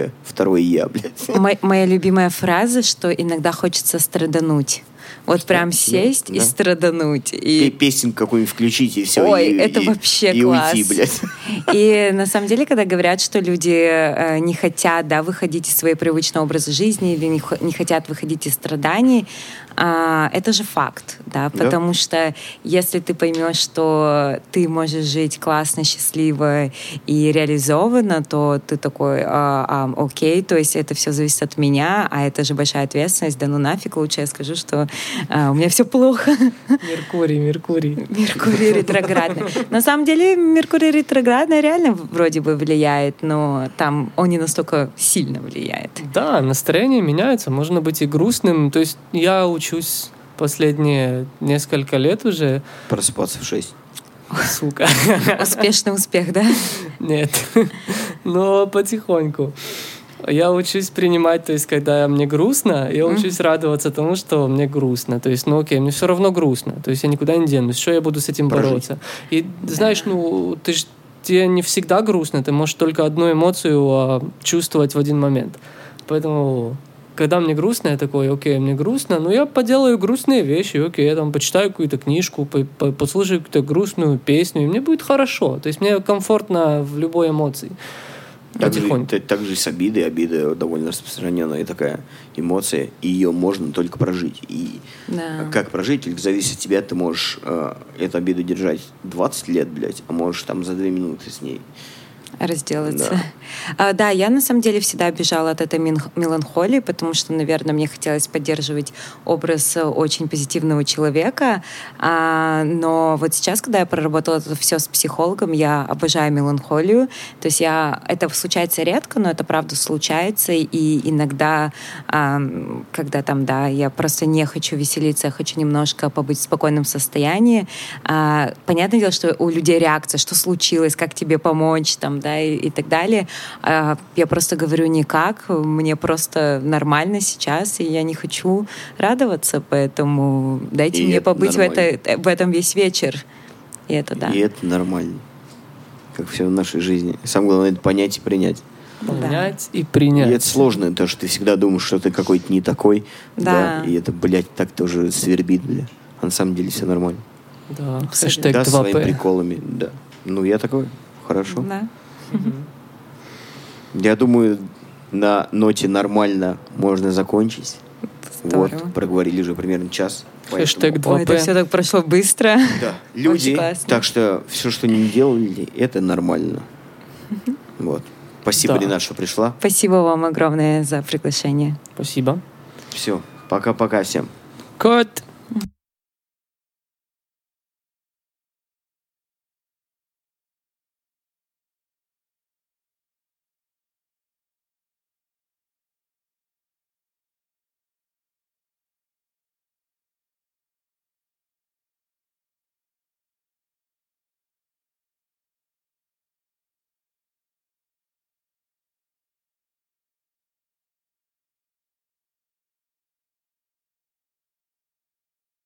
я, блядь. Моя любимая фраза, что иногда хочется страдануть. Вот прям сесть и страдануть. И песенку какую-нибудь включить, и все. Это вообще класс. И уйти, блядь. И на самом деле, когда говорят, что люди не хотят выходить из своего привычного образа жизни или не хотят выходить из страданий, это же факт, потому что если ты поймешь, что ты можешь жить классно, счастливо и реализованно, то ты такой, окей, то есть это все зависит от меня, а это же большая ответственность, да ну нафиг, лучше я скажу, что у меня все плохо. Меркурий. Меркурий ретроградный. На самом деле Меркурий ретроградный реально вроде бы влияет, но там он не настолько сильно влияет. Да, настроение меняется, можно быть и грустным, то есть я учусь последние несколько лет уже. Просыпаться в 6. Сука. Успешный успех, да? Нет. Но потихоньку. Я учусь принимать, то есть, когда мне грустно, я учусь радоваться тому, что мне грустно. То есть, окей, мне все равно грустно. То есть, я никуда не денусь. Что я буду с этим бороться? И знаешь, тебе не всегда грустно, ты можешь только одну эмоцию чувствовать в один момент. Поэтому... Когда мне грустно, я такой, окей, мне грустно, но я поделаю грустные вещи, окей, я там почитаю какую-то книжку, послушаю какую-то грустную песню, и мне будет хорошо. То есть мне комфортно в любой эмоции. Потихоньку. Так же и с обидой. Обида довольно распространенная такая эмоция, и ее можно только прожить. И как прожить, только зависит от тебя, ты можешь эту обиду держать 20 лет, блядь, а можешь там за 2 минуты с ней разделаться. Да, я на самом деле всегда бежала от этой меланхолии, потому что, наверное, мне хотелось поддерживать образ очень позитивного человека. Но вот сейчас, когда я проработала это все с психологом, я обожаю меланхолию. То есть это случается редко, но это правда случается. И иногда, когда там, я просто не хочу веселиться, я хочу немножко побыть в спокойном состоянии. Понятное дело, что у людей реакция, что случилось, как тебе помочь, и так далее. Я просто говорю никак, мне просто нормально сейчас, и я не хочу радоваться, поэтому дайте мне побыть в этом весь вечер. И это И это нормально. Как все в нашей жизни. Самое главное — это понять и принять. Понять и принять. И это сложно, потому что ты всегда думаешь, что ты какой-то не такой. Да. И это, блядь, так тоже свербит, бля. А на самом деле все нормально. Да, хэштег 2P. Своими приколами, да. Я такой. Хорошо. Да. Я думаю, на ноте нормально можно закончить. Здорово. Вот, проговорили уже примерно час. Хэштег 2P. Это все так прошло быстро. Да, люди. Так что все, что не делали, это нормально. Вот. Спасибо, Ренат, что пришла. Спасибо вам огромное за приглашение. Спасибо. Все, пока-пока всем. Кот!